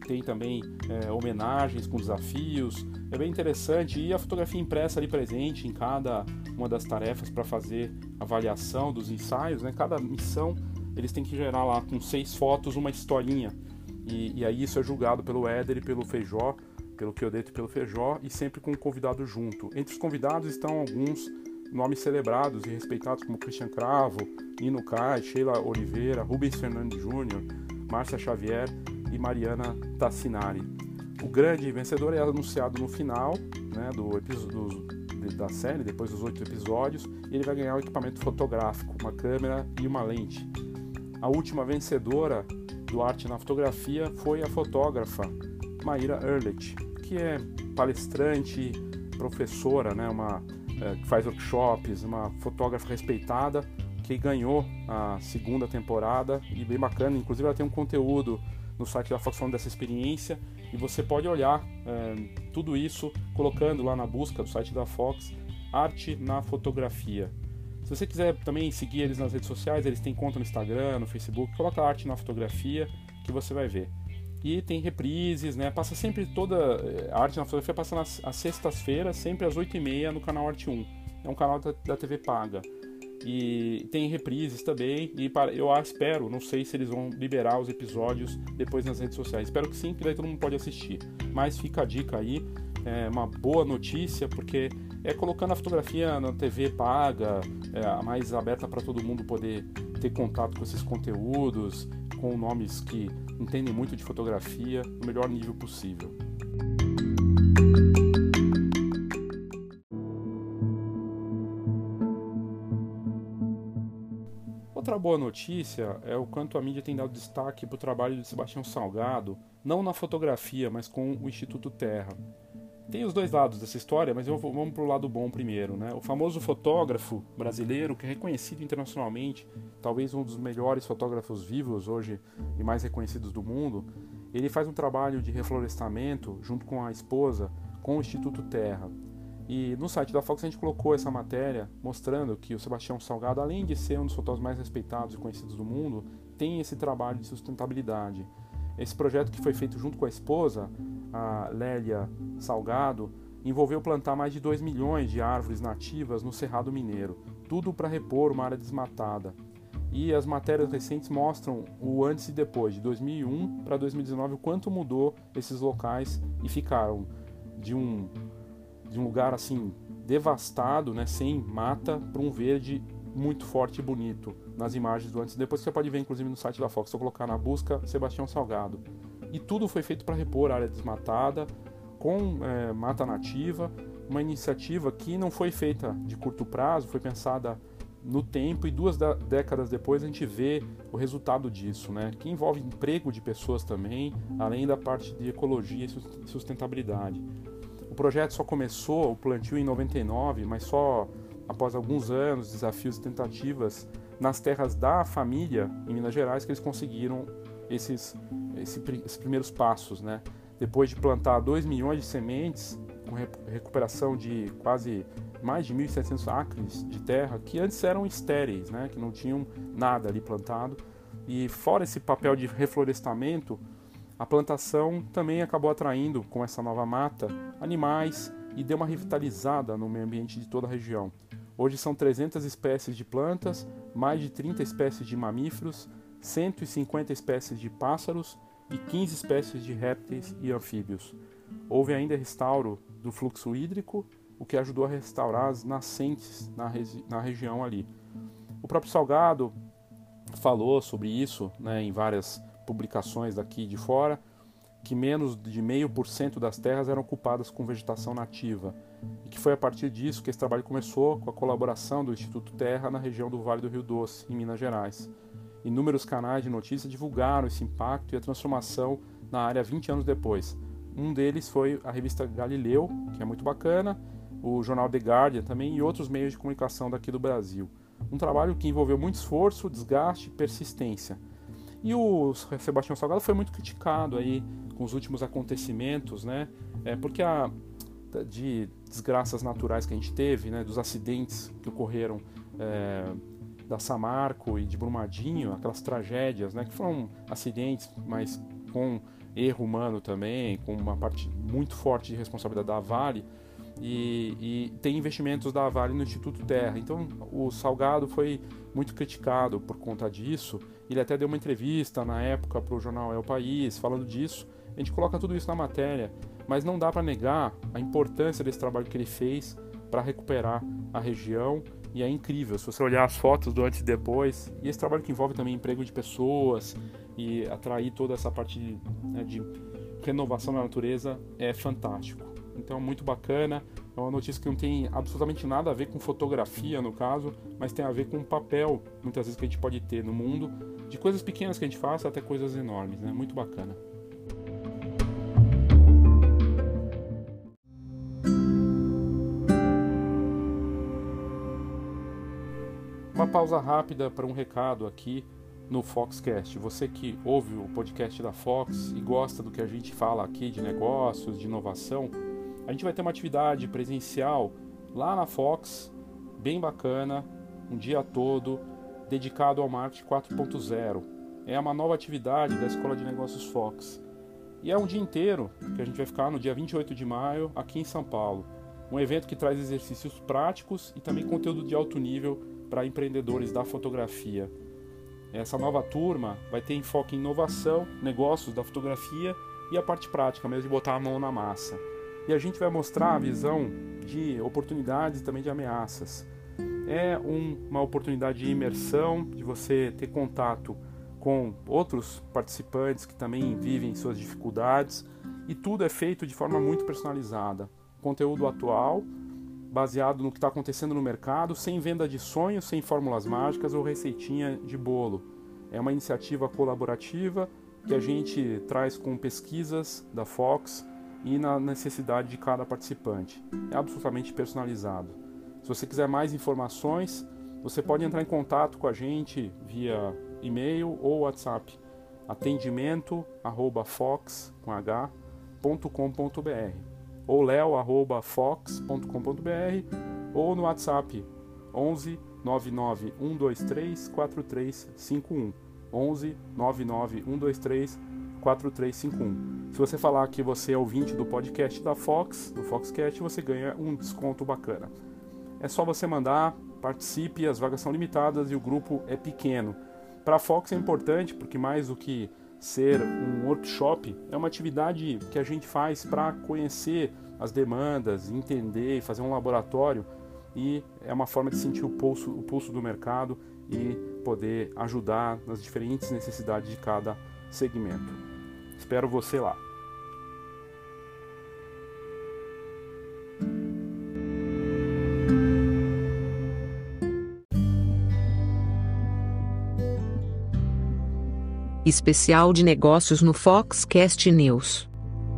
B: tem também homenagens com desafios, é bem interessante, e a fotografia impressa ali presente em cada uma das tarefas para fazer avaliação dos ensaios, né? Cada missão eles têm que gerar lá com 6 fotos uma historinha, e aí isso é julgado pelo Éder e pelo Feijó, pelo Chiodeto e pelo Feijó, e sempre com um convidado junto. Entre os convidados estão alguns nomes celebrados e respeitados como Christian Cravo, Nino Cai, Sheila Oliveira, Rubens Fernandes Júnior, Márcia Xavier e Mariana Tassinari. O grande vencedor é anunciado no final, né, da série, depois dos 8 episódios, e ele vai ganhar um equipamento fotográfico, uma câmera e uma lente. A última vencedora do Arte na Fotografia foi a fotógrafa Maíra Ehrlich, que é palestrante, professora, né, que faz workshops, uma fotógrafa respeitada, que ganhou a 2ª temporada, e bem bacana. Inclusive ela tem um conteúdo no site da Fox falando dessa experiência, e você pode olhar tudo isso colocando lá na busca do site da Fox, Arte na Fotografia. Se você quiser também seguir eles nas redes sociais, eles têm conta no Instagram, no Facebook, coloca Arte na Fotografia que você vai ver. E tem reprises, né? Passa sempre a Arte na Fotografia passa às sextas-feiras, sempre às 8h30 no canal Arte 1. É um canal da TV paga. E tem reprises também, e eu espero, não sei se eles vão liberar os episódios depois nas redes sociais. Espero que sim, que daí todo mundo pode assistir. Mas fica a dica aí, é uma boa notícia, porque é colocando a fotografia na TV paga, mais aberta para todo mundo poder ter contato com esses conteúdos, com nomes que entendem muito de fotografia, no melhor nível possível. Outra boa notícia é o quanto a mídia tem dado destaque para o trabalho de Sebastião Salgado, não na fotografia, mas com o Instituto Terra. Tem os dois lados dessa história, mas vamos para o lado bom primeiro, né? O famoso fotógrafo brasileiro, que é reconhecido internacionalmente, talvez um dos melhores fotógrafos vivos hoje e mais reconhecidos do mundo, ele faz um trabalho de reflorestamento junto com a esposa, com o Instituto Terra. E no site da Fox a gente colocou essa matéria mostrando que o Sebastião Salgado, além de ser um dos fotógrafos mais respeitados e conhecidos do mundo, tem esse trabalho de sustentabilidade. Esse projeto, que foi feito junto com a esposa, a Lélia Salgado, envolveu plantar mais de 2 milhões de árvores nativas no Cerrado Mineiro, tudo para repor uma área desmatada. E as matérias recentes mostram o antes e depois, de 2001 para 2019, o quanto mudou esses locais e ficaram de um lugar assim devastado, né, sem mata, para um verde muito forte e bonito nas imagens do antes e depois, que você pode ver inclusive no site da Fox, se eu colocar na busca Sebastião Salgado. E tudo foi feito para repor a área desmatada com mata nativa, uma iniciativa que não foi feita de curto prazo, foi pensada no tempo, e 2 décadas depois a gente vê o resultado disso, né, que envolve emprego de pessoas também, além da parte de ecologia e sustentabilidade. O projeto só começou, o plantio, em 99, mas só após alguns anos, desafios e tentativas nas terras da família em Minas Gerais, que eles conseguiram esses primeiros passos, né? Depois de plantar 2 milhões de sementes, com recuperação de quase mais de 1.700 acres de terra, que antes eram estéreis, né? Que não tinham nada ali plantado. E fora esse papel de reflorestamento, a plantação também acabou atraindo, com essa nova mata, animais, e deu uma revitalizada no meio ambiente de toda a região. Hoje são 300 espécies de plantas, mais de 30 espécies de mamíferos, 150 espécies de pássaros e 15 espécies de répteis e anfíbios. Houve ainda restauro do fluxo hídrico, o que ajudou a restaurar as nascentes na região ali. O próprio Salgado falou sobre isso, né, em várias publicações daqui de fora, que menos de 0,5% das terras eram ocupadas com vegetação nativa, e que foi a partir disso que esse trabalho começou, com a colaboração do Instituto Terra na região do Vale do Rio Doce, em Minas Gerais. Inúmeros canais de notícias divulgaram esse impacto e a transformação na área 20 anos depois. Um deles foi a revista Galileu, que é muito bacana, o jornal The Guardian também, e outros meios de comunicação daqui do Brasil. Um trabalho que envolveu muito esforço, desgaste e persistência. E o Sebastião Salgado foi muito criticado aí com os últimos acontecimentos, né? Porque de desgraças naturais que a gente teve, né? Dos acidentes que ocorreram da Samarco e de Brumadinho, aquelas tragédias, né? Que foram acidentes, mas com erro humano também, com uma parte muito forte de responsabilidade da Vale, e tem investimentos da Vale no Instituto Terra. Então o Salgado foi muito criticado por conta disso. Ele até deu uma entrevista na época para o jornal É o País falando disso. A gente coloca tudo isso na matéria, mas não dá para negar a importância desse trabalho que ele fez para recuperar a região, e é incrível se você olhar as fotos do antes e depois, e esse trabalho que envolve também emprego de pessoas e atrair toda essa parte de renovação da natureza é fantástico. Então, muito bacana. É uma notícia que não tem absolutamente nada a ver com fotografia, no caso, mas tem a ver com o papel, muitas vezes, que a gente pode ter no mundo, de coisas pequenas que a gente faça até coisas enormes, né? Muito bacana. Uma pausa rápida para um recado aqui no Foxcast. Você que ouve o podcast da Fox e gosta do que a gente fala aqui de negócios, de inovação, a gente vai ter uma atividade presencial lá na Fox, bem bacana, um dia todo, dedicado ao Marketing 4.0. É uma nova atividade da Escola de Negócios Fox. E é um dia inteiro que a gente vai ficar no dia 28 de maio aqui em São Paulo. Um evento que traz exercícios práticos e também conteúdo de alto nível para empreendedores da fotografia. Essa nova turma vai ter enfoque em inovação, negócios da fotografia e a parte prática, mesmo de botar a mão na massa. E a gente vai mostrar a visão de oportunidades e também de ameaças. É uma oportunidade de imersão, de você ter contato com outros participantes que também vivem suas dificuldades, e tudo é feito de forma muito personalizada. Conteúdo atual, baseado no que está acontecendo no mercado, sem venda de sonhos, sem fórmulas mágicas ou receitinha de bolo. É uma iniciativa colaborativa que a gente traz com pesquisas da Fox e na necessidade de cada participante. É absolutamente personalizado. Se você quiser mais informações, você pode entrar em contato com a gente via e-mail ou WhatsApp. atendimento@fox.com.br ou leo@fox.com.br ou no WhatsApp 11 99 123 4351 11 99 123 4351. Se você falar que você é ouvinte do podcast da Fox, do Foxcast, você ganha um desconto bacana. É só você mandar, participe, as vagas são limitadas e o grupo é pequeno. Para a Fox é importante porque, mais do que ser um workshop, é uma atividade que a gente faz para conhecer as demandas, entender, fazer um laboratório, e é uma forma de sentir o pulso do mercado e poder ajudar nas diferentes necessidades de cada segmento. Espero você lá.
A: Especial de negócios no Foxcast News.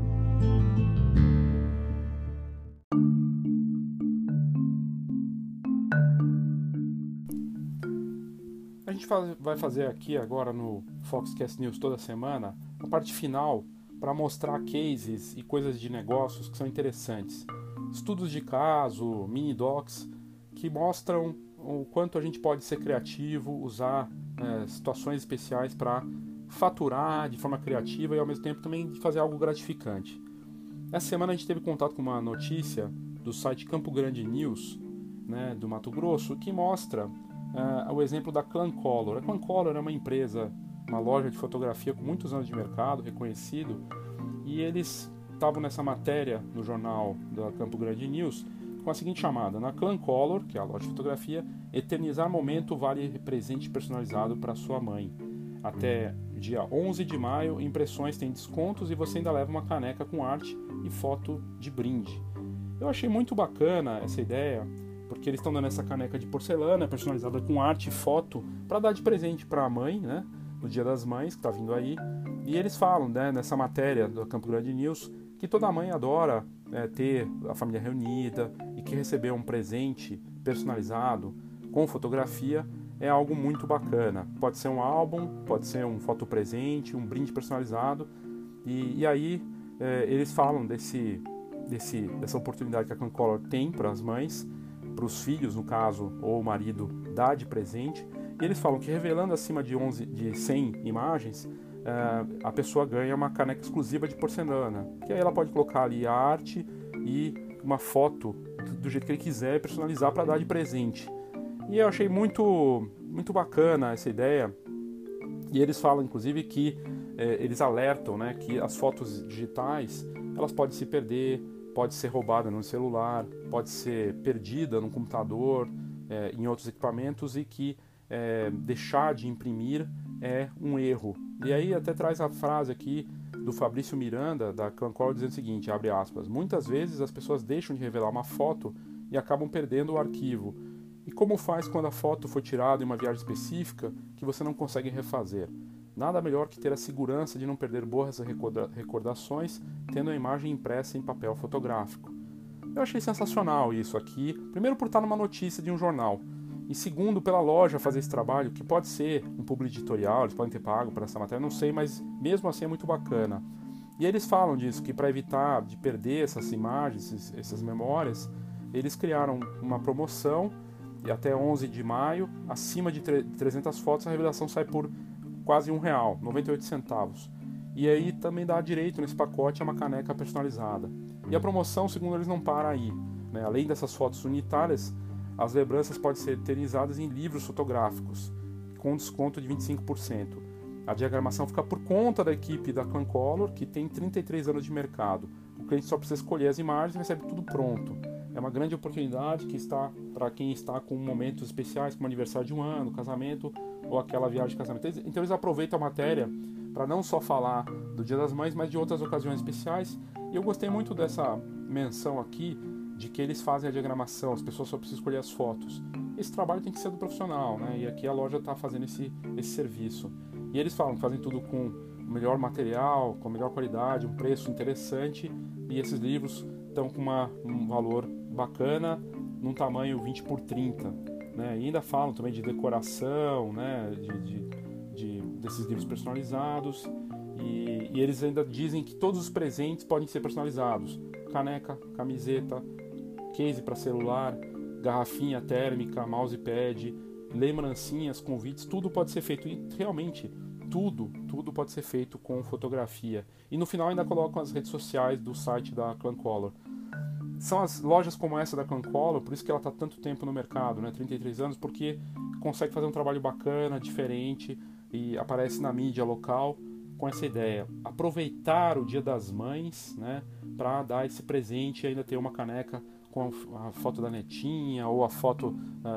B: A gente vai fazer aqui agora no Foxcast News toda semana a parte final para mostrar cases e coisas de negócios que são interessantes. Estudos de caso, mini docs, que mostram o quanto a gente pode ser criativo, usar situações especiais para faturar de forma criativa e ao mesmo tempo também fazer algo gratificante. Essa semana a gente teve contato com uma notícia do site Campo Grande News, do Mato Grosso, que mostra o exemplo da Clan Color. A Clan Color é uma empresa, uma loja de fotografia com muitos anos de mercado, reconhecido, e eles estavam nessa matéria no jornal da Campo Grande News com a seguinte chamada: na Clan Color, que é a loja de fotografia, eternizar momento vale presente personalizado para sua mãe. Até dia 11 de maio, impressões têm descontos e você ainda leva uma caneca com arte e foto de brinde. Eu achei muito bacana essa ideia, porque eles estão dando essa caneca de porcelana personalizada com arte e foto para dar de presente para a mãe, no Dia das Mães, que está vindo aí. E eles falam, nessa matéria do Campo Grande News, que toda mãe adora ter a família reunida e que receber um presente personalizado com fotografia é algo muito bacana. Pode ser um álbum, pode ser um fotopresente, um brinde personalizado. E aí eles falam dessa oportunidade que a Clan Color tem para as mães, para os filhos, no caso, ou o marido dá de presente. E eles falam que revelando acima de 100 imagens, a pessoa ganha uma caneca exclusiva de porcelana, que aí ela pode colocar ali a arte e uma foto do jeito que ele quiser, personalizar para dar de presente. E eu achei muito bacana essa ideia. E eles falam, inclusive, que eles alertam, né, que as fotos digitais elas podem se perder, pode ser roubada no celular, pode ser perdida no computador, em outros equipamentos, e que deixar de imprimir é um erro. E aí até traz a frase aqui do Fabrício Miranda, da Clancolor, dizendo o seguinte, abre aspas, muitas vezes as pessoas deixam de revelar uma foto e acabam perdendo o arquivo. E como faz quando a foto foi tirada em uma viagem específica que você não consegue refazer? Nada melhor que ter a segurança de não perder boas recordações tendo a imagem impressa em papel fotográfico. Eu achei sensacional isso aqui, primeiro por estar numa notícia de um jornal, e segundo pela loja fazer esse trabalho, que pode ser um publi editorial, eles podem ter pago para essa matéria, não sei, mas mesmo assim é muito bacana. E eles falam disso, que para evitar de perder essas imagens, essas memórias, eles criaram uma promoção, e até 11 de maio, acima de 300 fotos, a revelação sai por quase R$1, 98 centavos. E aí também dá direito nesse pacote a uma caneca personalizada. E a promoção, segundo eles, não para aí, né? Além dessas fotos unitárias, as lembranças podem ser eternizadas em livros fotográficos, com desconto de 25%. A diagramação fica por conta da equipe da Clancolor, que tem 33 anos de mercado. O cliente só precisa escolher as imagens e recebe tudo pronto. É uma grande oportunidade que está para quem está com momentos especiais, como aniversário de um ano, casamento ou aquela viagem de casamento. Então eles aproveitam a matéria para não só falar do Dia das Mães, mas de outras ocasiões especiais. E eu gostei muito dessa menção aqui de que eles fazem a diagramação, as pessoas só precisam escolher as fotos. Esse trabalho tem que ser do profissional, né? E aqui a loja está fazendo esse serviço. E eles falam que fazem tudo com o melhor material, com a melhor qualidade, um preço interessante, e esses livros estão com um valor bacana, num tamanho 20 por 30, né? E ainda falam também de decoração, né? Desses livros personalizados, e eles ainda dizem que todos os presentes podem ser personalizados: caneca, camiseta, case para celular, garrafinha térmica, mousepad, lembrancinhas, convites, tudo pode ser feito. E realmente tudo pode ser feito com fotografia. E no final ainda colocam as redes sociais do site da Clancolor. São as lojas como essa da Clancolor, por isso que ela está tanto tempo no mercado, né? 33 anos, porque consegue fazer um trabalho bacana, diferente, e aparece na mídia local com essa ideia, aproveitar o Dia das Mães, né, para dar esse presente e ainda ter uma caneca com a foto da netinha, ou a foto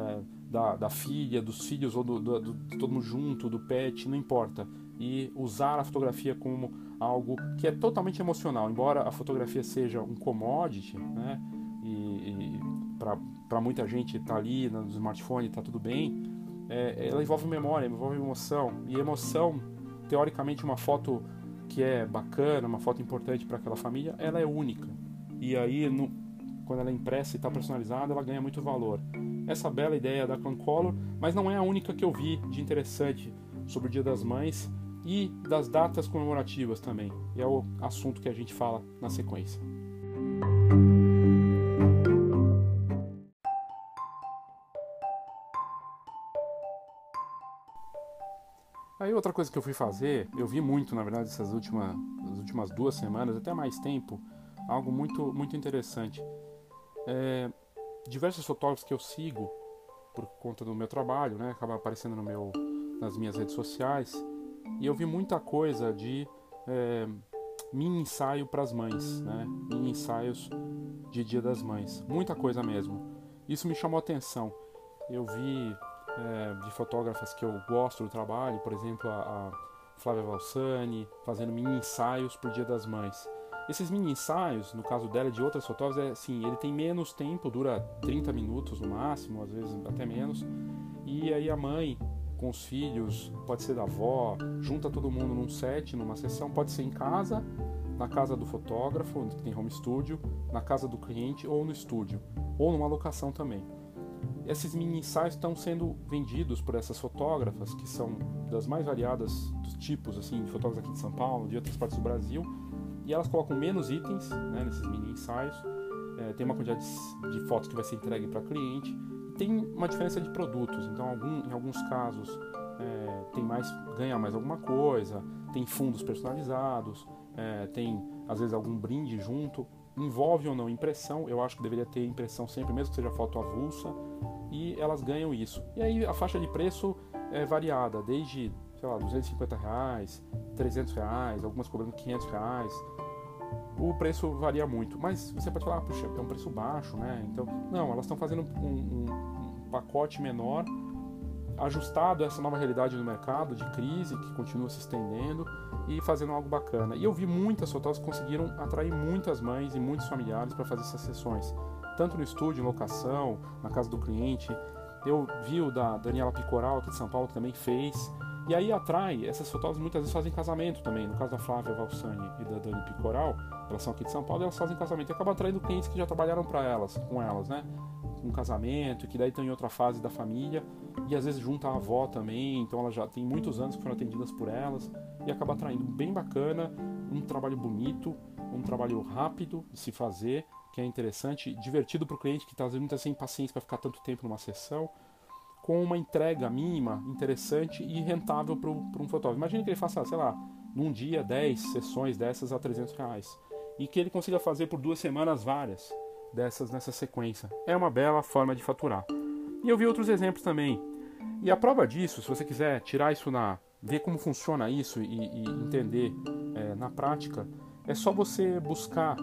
B: da filha, dos filhos, ou de todo mundo junto, do pet, não importa. E usar a fotografia como algo que é totalmente emocional, embora a fotografia seja um commodity, né, e para muita gente tá ali no smartphone, tá tudo bem, ela envolve memória, envolve emoção, e emoção, teoricamente, uma foto que é bacana, uma foto importante para aquela família, ela é única. E aí, quando ela é impressa e está personalizada, ela ganha muito valor. Essa bela ideia da Clancolor, mas não é a única que eu vi de interessante sobre o Dia das Mães e das datas comemorativas também. E é o assunto que a gente fala na sequência. Aí outra coisa que eu fui fazer, eu vi muito, na verdade, essas últimas 2 semanas, até mais tempo, algo muito interessante. Diversos fotógrafos que eu sigo por conta do meu trabalho, né, acaba aparecendo nas minhas redes sociais, e eu vi muita coisa de mini ensaio para as mães, né, mini ensaios de Dia das Mães, muita coisa mesmo. Isso me chamou a atenção. Eu vi de fotógrafas que eu gosto do trabalho, por exemplo a Flávia Valsani, fazendo mini ensaios por Dia das Mães. Esses mini ensaios, no caso dela e de outras fotógrafas, assim, ele tem menos tempo, dura 30 minutos no máximo, às vezes até menos, e aí a mãe com os filhos, pode ser da avó, junta todo mundo num set, numa sessão, pode ser em casa, na casa do fotógrafo, que tem home studio, na casa do cliente ou no estúdio, ou numa locação também. Esses mini ensaios estão sendo vendidos por essas fotógrafas, que são das mais variadas dos tipos, assim, de fotógrafas aqui de São Paulo, de outras partes do Brasil, e elas colocam menos itens, né, nesses mini ensaios, tem uma quantidade de fotos que vai ser entregue para cliente, e tem uma diferença de produtos, então em alguns casos tem ganha mais alguma coisa, tem fundos personalizados, tem às vezes algum brinde junto, envolve ou não impressão. Eu acho que deveria ter impressão sempre, mesmo que seja foto avulsa, e elas ganham isso. E aí a faixa de preço é variada, desde, sei lá, R$250, R$300, algumas cobrando R$500. O preço varia muito, mas você pode falar, puxa, é um preço baixo, né? Então, não, elas estão fazendo um pacote menor, ajustado a essa nova realidade do mercado, de crise, que continua se estendendo, e fazendo algo bacana. E eu vi muitas fotógrafas que conseguiram atrair muitas mães e muitos familiares para fazer essas sessões, tanto no estúdio, em locação, na casa do cliente. Eu vi o da Daniela Picoral, aqui de São Paulo, que também fez. E aí atrai, essas fotógrafas muitas vezes fazem casamento também. No caso da Flávia Valsani e da Dani Picoral, elas são aqui de São Paulo, e elas fazem casamento e acabam atraindo clientes que já trabalharam com elas, né? Um casamento, que daí estão em outra fase da família, e às vezes junta a avó também, então ela já tem muitos anos que foram atendidas por elas, e acaba atraindo. Bem bacana, um trabalho bonito, um trabalho rápido de se fazer, que é interessante, divertido para o cliente que está às vezes muito sem paciência para ficar tanto tempo numa sessão, com uma entrega mínima, interessante e rentável para um fotógrafo. Imagina que ele faça, sei lá, num dia 10 sessões dessas a R$300, e que ele consiga fazer por 2 semanas várias dessas nessa sequência. É uma bela forma de faturar. E eu vi outros exemplos também. E a prova disso, se você quiser tirar isso ver como funciona isso e entender na prática, é só você buscar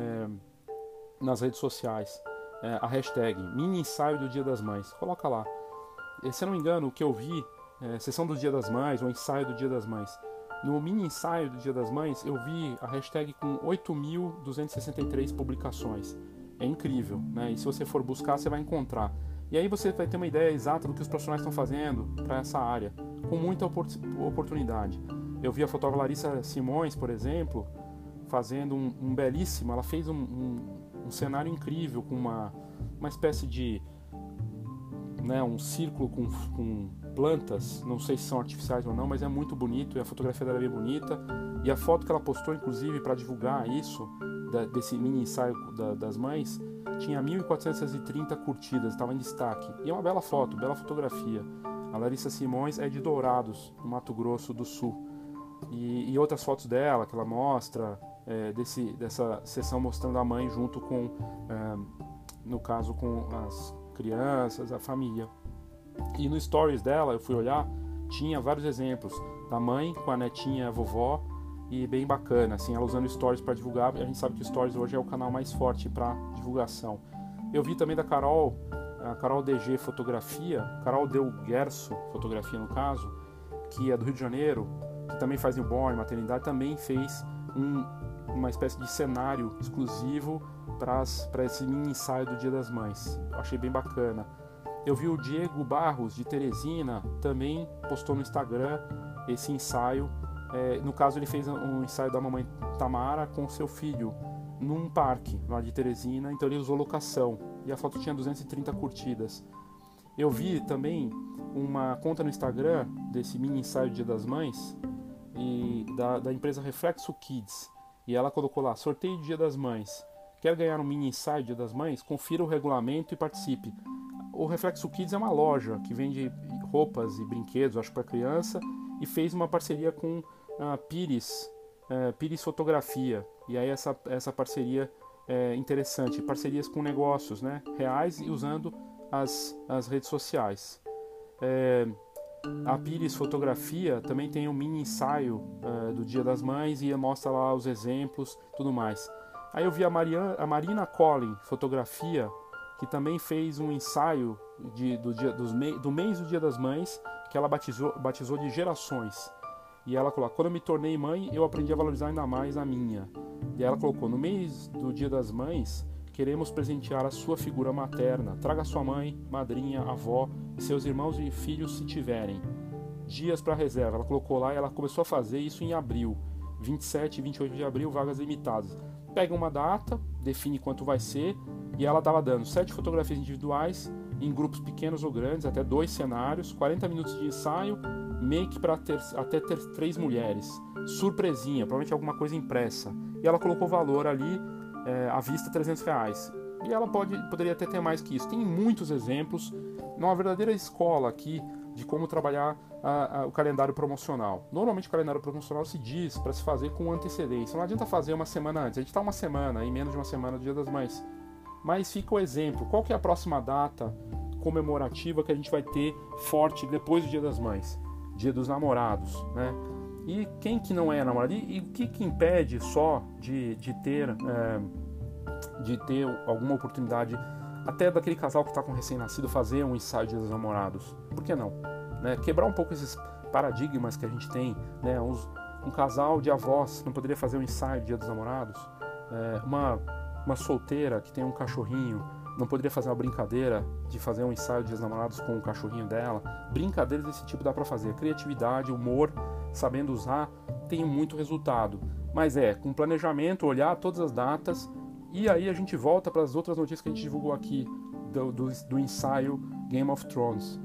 B: nas redes sociais a hashtag mini ensaio do Dia das Mães. Coloca lá. Se eu não me engano, o que eu vi, sessão do Dia das Mães ou ensaio do Dia das Mães, no mini ensaio do Dia das Mães eu vi a hashtag com 8.263 publicações. É incrível, né? E se você for buscar, você vai encontrar. E aí você vai ter uma ideia exata do que os profissionais estão fazendo para essa área, com muita oportunidade. Eu vi a fotógrafa Larissa Simões, por exemplo, fazendo um belíssimo, ela fez um cenário incrível, com uma espécie de, né, um círculo com plantas, não sei se são artificiais ou não, mas é muito bonito, e a fotografia dela é bem bonita, e a foto que ela postou, inclusive, para divulgar isso, desse mini ensaio das mães, tinha 1.430 curtidas, estava em destaque, e é uma bela foto, bela fotografia. A Larissa Simões é de Dourados, no Mato Grosso do Sul, e outras fotos dela que ela mostra, dessa sessão mostrando a mãe junto com, no caso, com as crianças, a família. E no stories dela, eu fui olhar, tinha vários exemplos da mãe com a netinha, a vovó, e bem bacana, assim, ela usando stories para divulgar. A gente sabe que o stories hoje é o canal mais forte para divulgação. Eu vi também da a Carol DG Fotografia, Carol Del Guerço Fotografia no caso, que é do Rio de Janeiro, que também faz newborn, maternidade, também fez uma espécie de cenário exclusivo para esse mini ensaio do Dia das Mães. Achei bem bacana. Eu vi o Diego Barros de Teresina, também postou no Instagram esse ensaio. No caso, ele fez um ensaio da mamãe Tamara com seu filho num parque lá de Teresina, então ele usou locação, e a foto tinha 230 curtidas. Eu vi também uma conta no Instagram desse mini ensaio do Dia das Mães, e da empresa Reflexo Kids, e ela colocou lá: sorteio Dia das Mães, quer ganhar um mini ensaio Dia das Mães? Confira o regulamento e participe. O Reflexo Kids é uma loja que vende roupas e brinquedos, acho, para criança, e fez uma parceria com a Pires Fotografia, e aí essa parceria é interessante, parcerias com negócios, né, reais, e usando as redes sociais. A Pires Fotografia também tem um mini ensaio do Dia das Mães, e mostra lá os exemplos, tudo mais. Aí eu vi a Marina Collin Fotografia, que também fez um ensaio do mês do Dia das Mães, que ela batizou de Gerações. E ela colocou: quando eu me tornei mãe, eu aprendi a valorizar ainda mais a minha. E ela colocou: no mês do Dia das Mães, queremos presentear a sua figura materna. Traga sua mãe, madrinha, avó e seus irmãos e filhos se tiverem. Dias para reserva. Ela colocou lá, e ela começou a fazer isso em abril. 27 e 28 de abril, vagas limitadas. Pega uma data, define quanto vai ser, e ela estava dando 7 fotografias individuais, em grupos pequenos ou grandes, até 2 cenários, 40 minutos de ensaio, make para até ter 3 mulheres, surpresinha, provavelmente alguma coisa impressa, e ela colocou o valor ali, à vista, R$300, e ela poderia até ter mais que isso. Tem muitos exemplos, numa verdadeira escola aqui de como trabalhar o calendário promocional. Normalmente o calendário promocional se diz para se fazer com antecedência. Não adianta fazer uma semana antes. A gente está uma semana, em menos de uma semana do Dia das Mães. Mas fica o exemplo. Qual que é a próxima data comemorativa que a gente vai ter forte depois do Dia das Mães? Dia dos Namorados, né? E quem que não é namorado? E o que impede só de ter alguma oportunidade, até daquele casal que está com recém-nascido, fazer um ensaio de Dia dos Namorados? Por que não? Né? Quebrar um pouco esses paradigmas que a gente tem, né? Um casal de avós não poderia fazer um ensaio de Dia dos Namorados? Uma solteira que tem um cachorrinho não poderia fazer uma brincadeira de fazer um ensaio de Dia dos Namorados com o cachorrinho dela? Brincadeiras desse tipo dá para fazer. Criatividade, humor, sabendo usar, tem muito resultado. Mas com planejamento, olhar todas as datas, e aí a gente volta para as outras notícias que a gente divulgou aqui do ensaio Game of Thrones.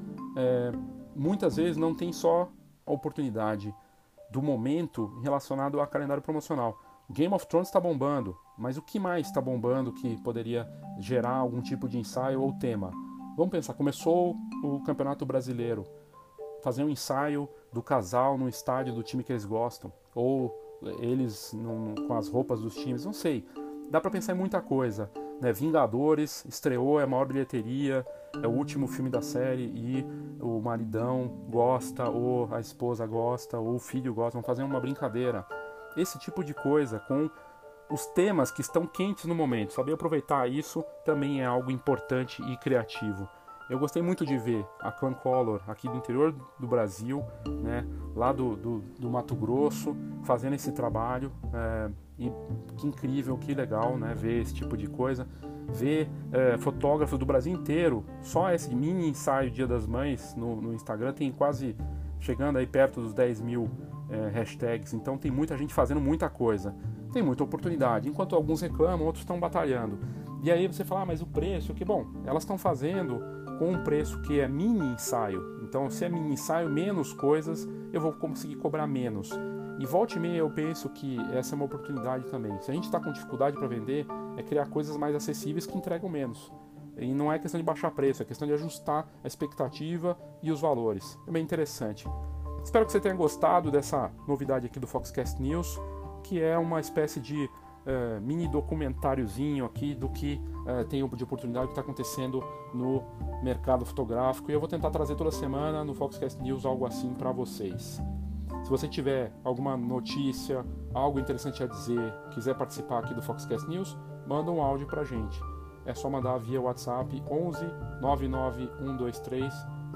B: Muitas vezes não tem só a oportunidade do momento relacionado ao calendário promocional. Game of Thrones está bombando, mas o que mais está bombando que poderia gerar algum tipo de ensaio ou tema? Vamos pensar, começou o Campeonato Brasileiro, fazer um ensaio do casal no estádio do time que eles gostam, ou eles com as roupas dos times, não sei. Dá para pensar em muita coisa, né? Vingadores estreou, é a maior bilheteria, é o último filme da série e o maridão gosta, ou a esposa gosta, ou o filho gosta, vão fazer uma brincadeira. Esse tipo de coisa com os temas que estão quentes no momento. Saber aproveitar isso também é algo importante e criativo. Eu gostei muito de ver a Clan Color aqui do interior do Brasil, né, lá do Mato Grosso, fazendo esse trabalho. E que incrível, que legal, né, ver esse tipo de coisa. Ver fotógrafos do Brasil inteiro. Só esse mini ensaio Dia das Mães no Instagram tem quase chegando aí perto dos 10 mil hashtags. Então tem muita gente fazendo muita coisa. Tem muita oportunidade. Enquanto alguns reclamam, outros estão batalhando. E aí você fala, mas o preço, que bom, elas estão fazendo com um preço que é mini ensaio. Então, se é mini ensaio, menos coisas, eu vou conseguir cobrar menos. E volta e meia eu penso que essa é uma oportunidade também. Se a gente está com dificuldade para vender, é criar coisas mais acessíveis que entregam menos. E não é questão de baixar preço, é questão de ajustar a expectativa e os valores. É bem interessante. Espero que você tenha gostado dessa novidade aqui do Foxcast News, que é uma espécie de mini documentáriozinho aqui do que tem de oportunidade que está acontecendo no mercado fotográfico, e eu vou tentar trazer toda semana no Foxcast News algo assim para vocês. Se você tiver alguma notícia, algo interessante a dizer, quiser participar aqui do Foxcast News, manda um áudio para a gente. É só mandar via WhatsApp 11 99 123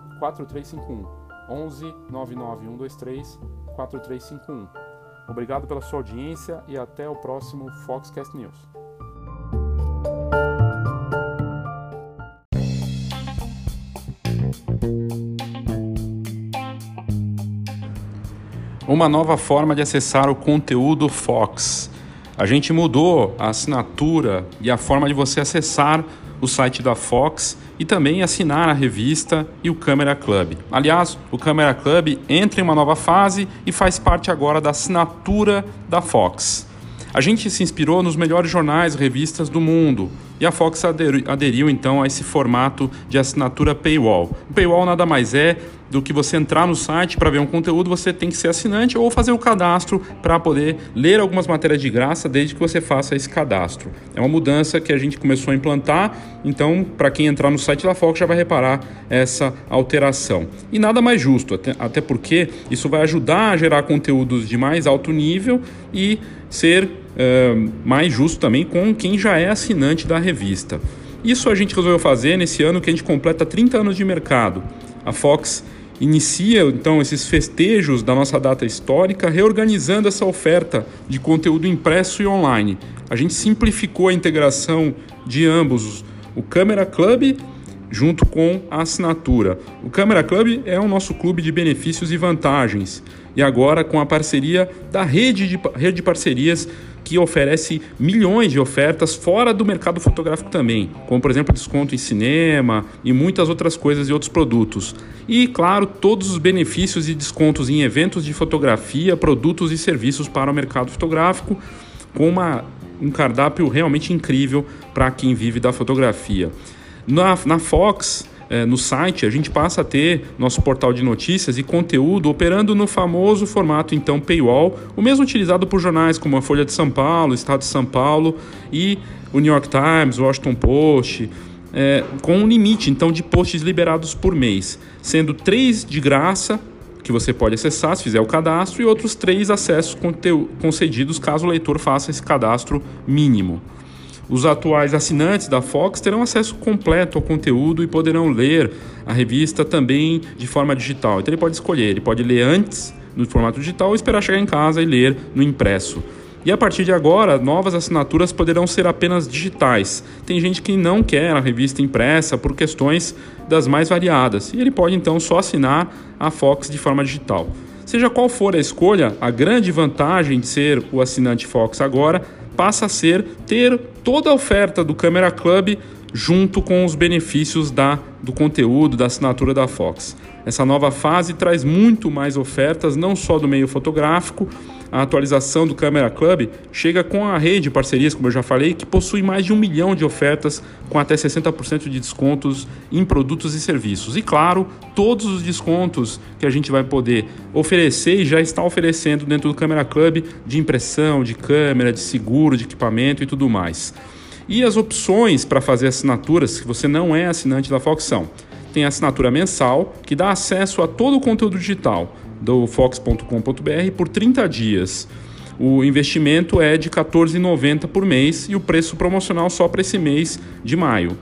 B: 4351. 11 99 123 4351. Obrigado pela sua audiência e até o próximo Foxcast News. Uma nova forma de acessar o conteúdo Fox. A gente mudou a assinatura e a forma de você acessar o site da Fox e também assinar a revista e o Camera Club. Aliás, o Camera Club entra em uma nova fase e faz parte agora da assinatura da Fox. A gente se inspirou nos melhores jornais e revistas do mundo e a Fox aderiu então a esse formato de assinatura paywall. O paywall nada mais é do que você entrar no site para ver um conteúdo, você tem que ser assinante ou fazer o cadastro para poder ler algumas matérias de graça desde que você faça esse cadastro. É uma mudança que a gente começou a implantar, então para quem entrar no site da Fox já vai reparar essa alteração. E nada mais justo, até porque isso vai ajudar a gerar conteúdos de mais alto nível e ser mais justo também com quem já é assinante da revista. Isso a gente resolveu fazer nesse ano que a gente completa 30 anos de mercado. A Fox inicia então esses festejos da nossa data histórica reorganizando essa oferta de conteúdo impresso e online. A gente simplificou a integração de ambos, o Camera Club junto com a assinatura. O Camera Club é o nosso clube de benefícios e vantagens. E agora com a parceria da rede de parcerias que oferece milhões de ofertas fora do mercado fotográfico também, como por exemplo desconto em cinema e muitas outras coisas e outros produtos. E claro, todos os benefícios e descontos em eventos de fotografia, produtos e serviços para o mercado fotográfico, com um cardápio realmente incrível para quem vive da fotografia. Na Fox, no site, a gente passa a ter nosso portal de notícias e conteúdo operando no famoso formato, então, paywall, o mesmo utilizado por jornais como a Folha de São Paulo, o Estado de São Paulo e o New York Times, o Washington Post, com um limite, então, de posts liberados por mês, sendo 3 de graça, que você pode acessar se fizer o cadastro, e outros 3 acessos concedidos caso o leitor faça esse cadastro mínimo. Os atuais assinantes da Fox terão acesso completo ao conteúdo e poderão ler a revista também de forma digital. Então ele pode escolher, ele pode ler antes no formato digital ou esperar chegar em casa e ler no impresso. E a partir de agora, novas assinaturas poderão ser apenas digitais. Tem gente que não quer a revista impressa por questões das mais variadas, e ele pode então só assinar a Fox de forma digital. Seja qual for a escolha, a grande vantagem de ser o assinante Fox agora passa a ser ter toda a oferta do Camera Club junto com os benefícios do conteúdo, da assinatura da Fox. Essa nova fase traz muito mais ofertas, não só do meio fotográfico. A atualização do Camera Club chega com a rede de parcerias, como eu já falei, que possui mais de 1 milhão de ofertas com até 60% de descontos em produtos e serviços. E claro, todos os descontos que a gente vai poder oferecer e já está oferecendo dentro do Camera Club de impressão, de câmera, de seguro, de equipamento e tudo mais. E as opções para fazer assinaturas, se você não é assinante da Fox, tem a assinatura mensal, que dá acesso a todo o conteúdo digital do fox.com.br por 30 dias. O investimento é de R$ 14,90 por mês e o preço promocional só para esse mês de maio.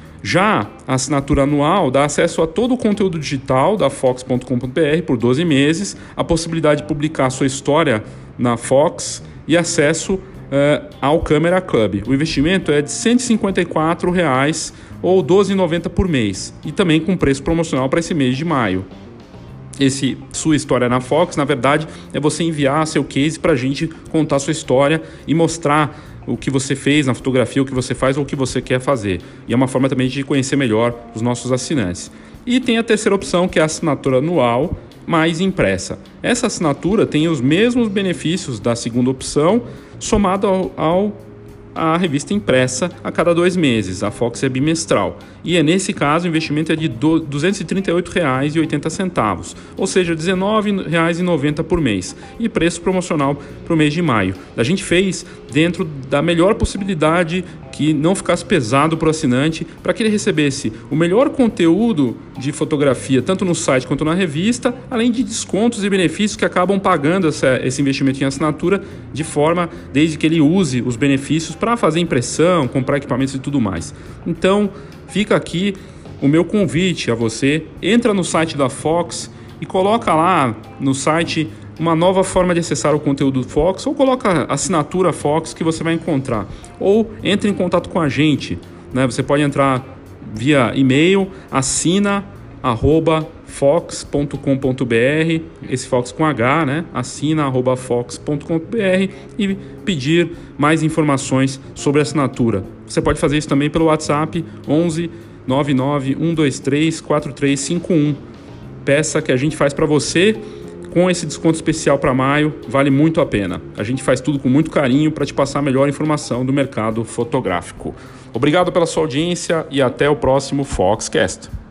B: Já a assinatura anual dá acesso a todo o conteúdo digital da fox.com.br por 12 meses, a possibilidade de publicar sua história na Fox e acesso ao Camera Club. O investimento é de R$ 154 ou R$ 12,90 por mês e também com preço promocional para esse mês de maio. Sua história na Fox, na verdade, é você enviar seu case para a gente contar sua história e mostrar o que você fez na fotografia, o que você faz ou o que você quer fazer. E é uma forma também de conhecer melhor os nossos assinantes. E tem a terceira opção, que é a assinatura anual mais impressa. Essa assinatura tem os mesmos benefícios da segunda opção, somado à revista impressa a cada 2 meses. A Fox é bimestral. E nesse caso o investimento é de R$ 238,80, ou seja, R$ 19,90 por mês. E preço promocional para o mês de maio. A gente fez dentro da melhor possibilidade, que não ficasse pesado para o assinante, para que ele recebesse o melhor conteúdo de fotografia, tanto no site quanto na revista, além de descontos e benefícios que acabam pagando esse investimento em assinatura de forma, desde que ele use os benefícios para fazer impressão, comprar equipamentos e tudo mais. Então, fica aqui o meu convite a você, entra no site da Fox e coloca lá no site uma nova forma de acessar o conteúdo do Fox, ou coloca assinatura Fox que você vai encontrar, ou entre em contato com a gente, né? Você pode entrar via e-mail, assina@fox.com.br, esse Fox com H, né? assina@fox.com.br e pedir mais informações sobre a assinatura. Você pode fazer isso também pelo WhatsApp 11 99 123 4351. Peça que a gente faz para você com esse desconto especial para maio, vale muito a pena. A gente faz tudo com muito carinho para te passar a melhor informação do mercado fotográfico. Obrigado pela sua audiência e até o próximo Foxcast.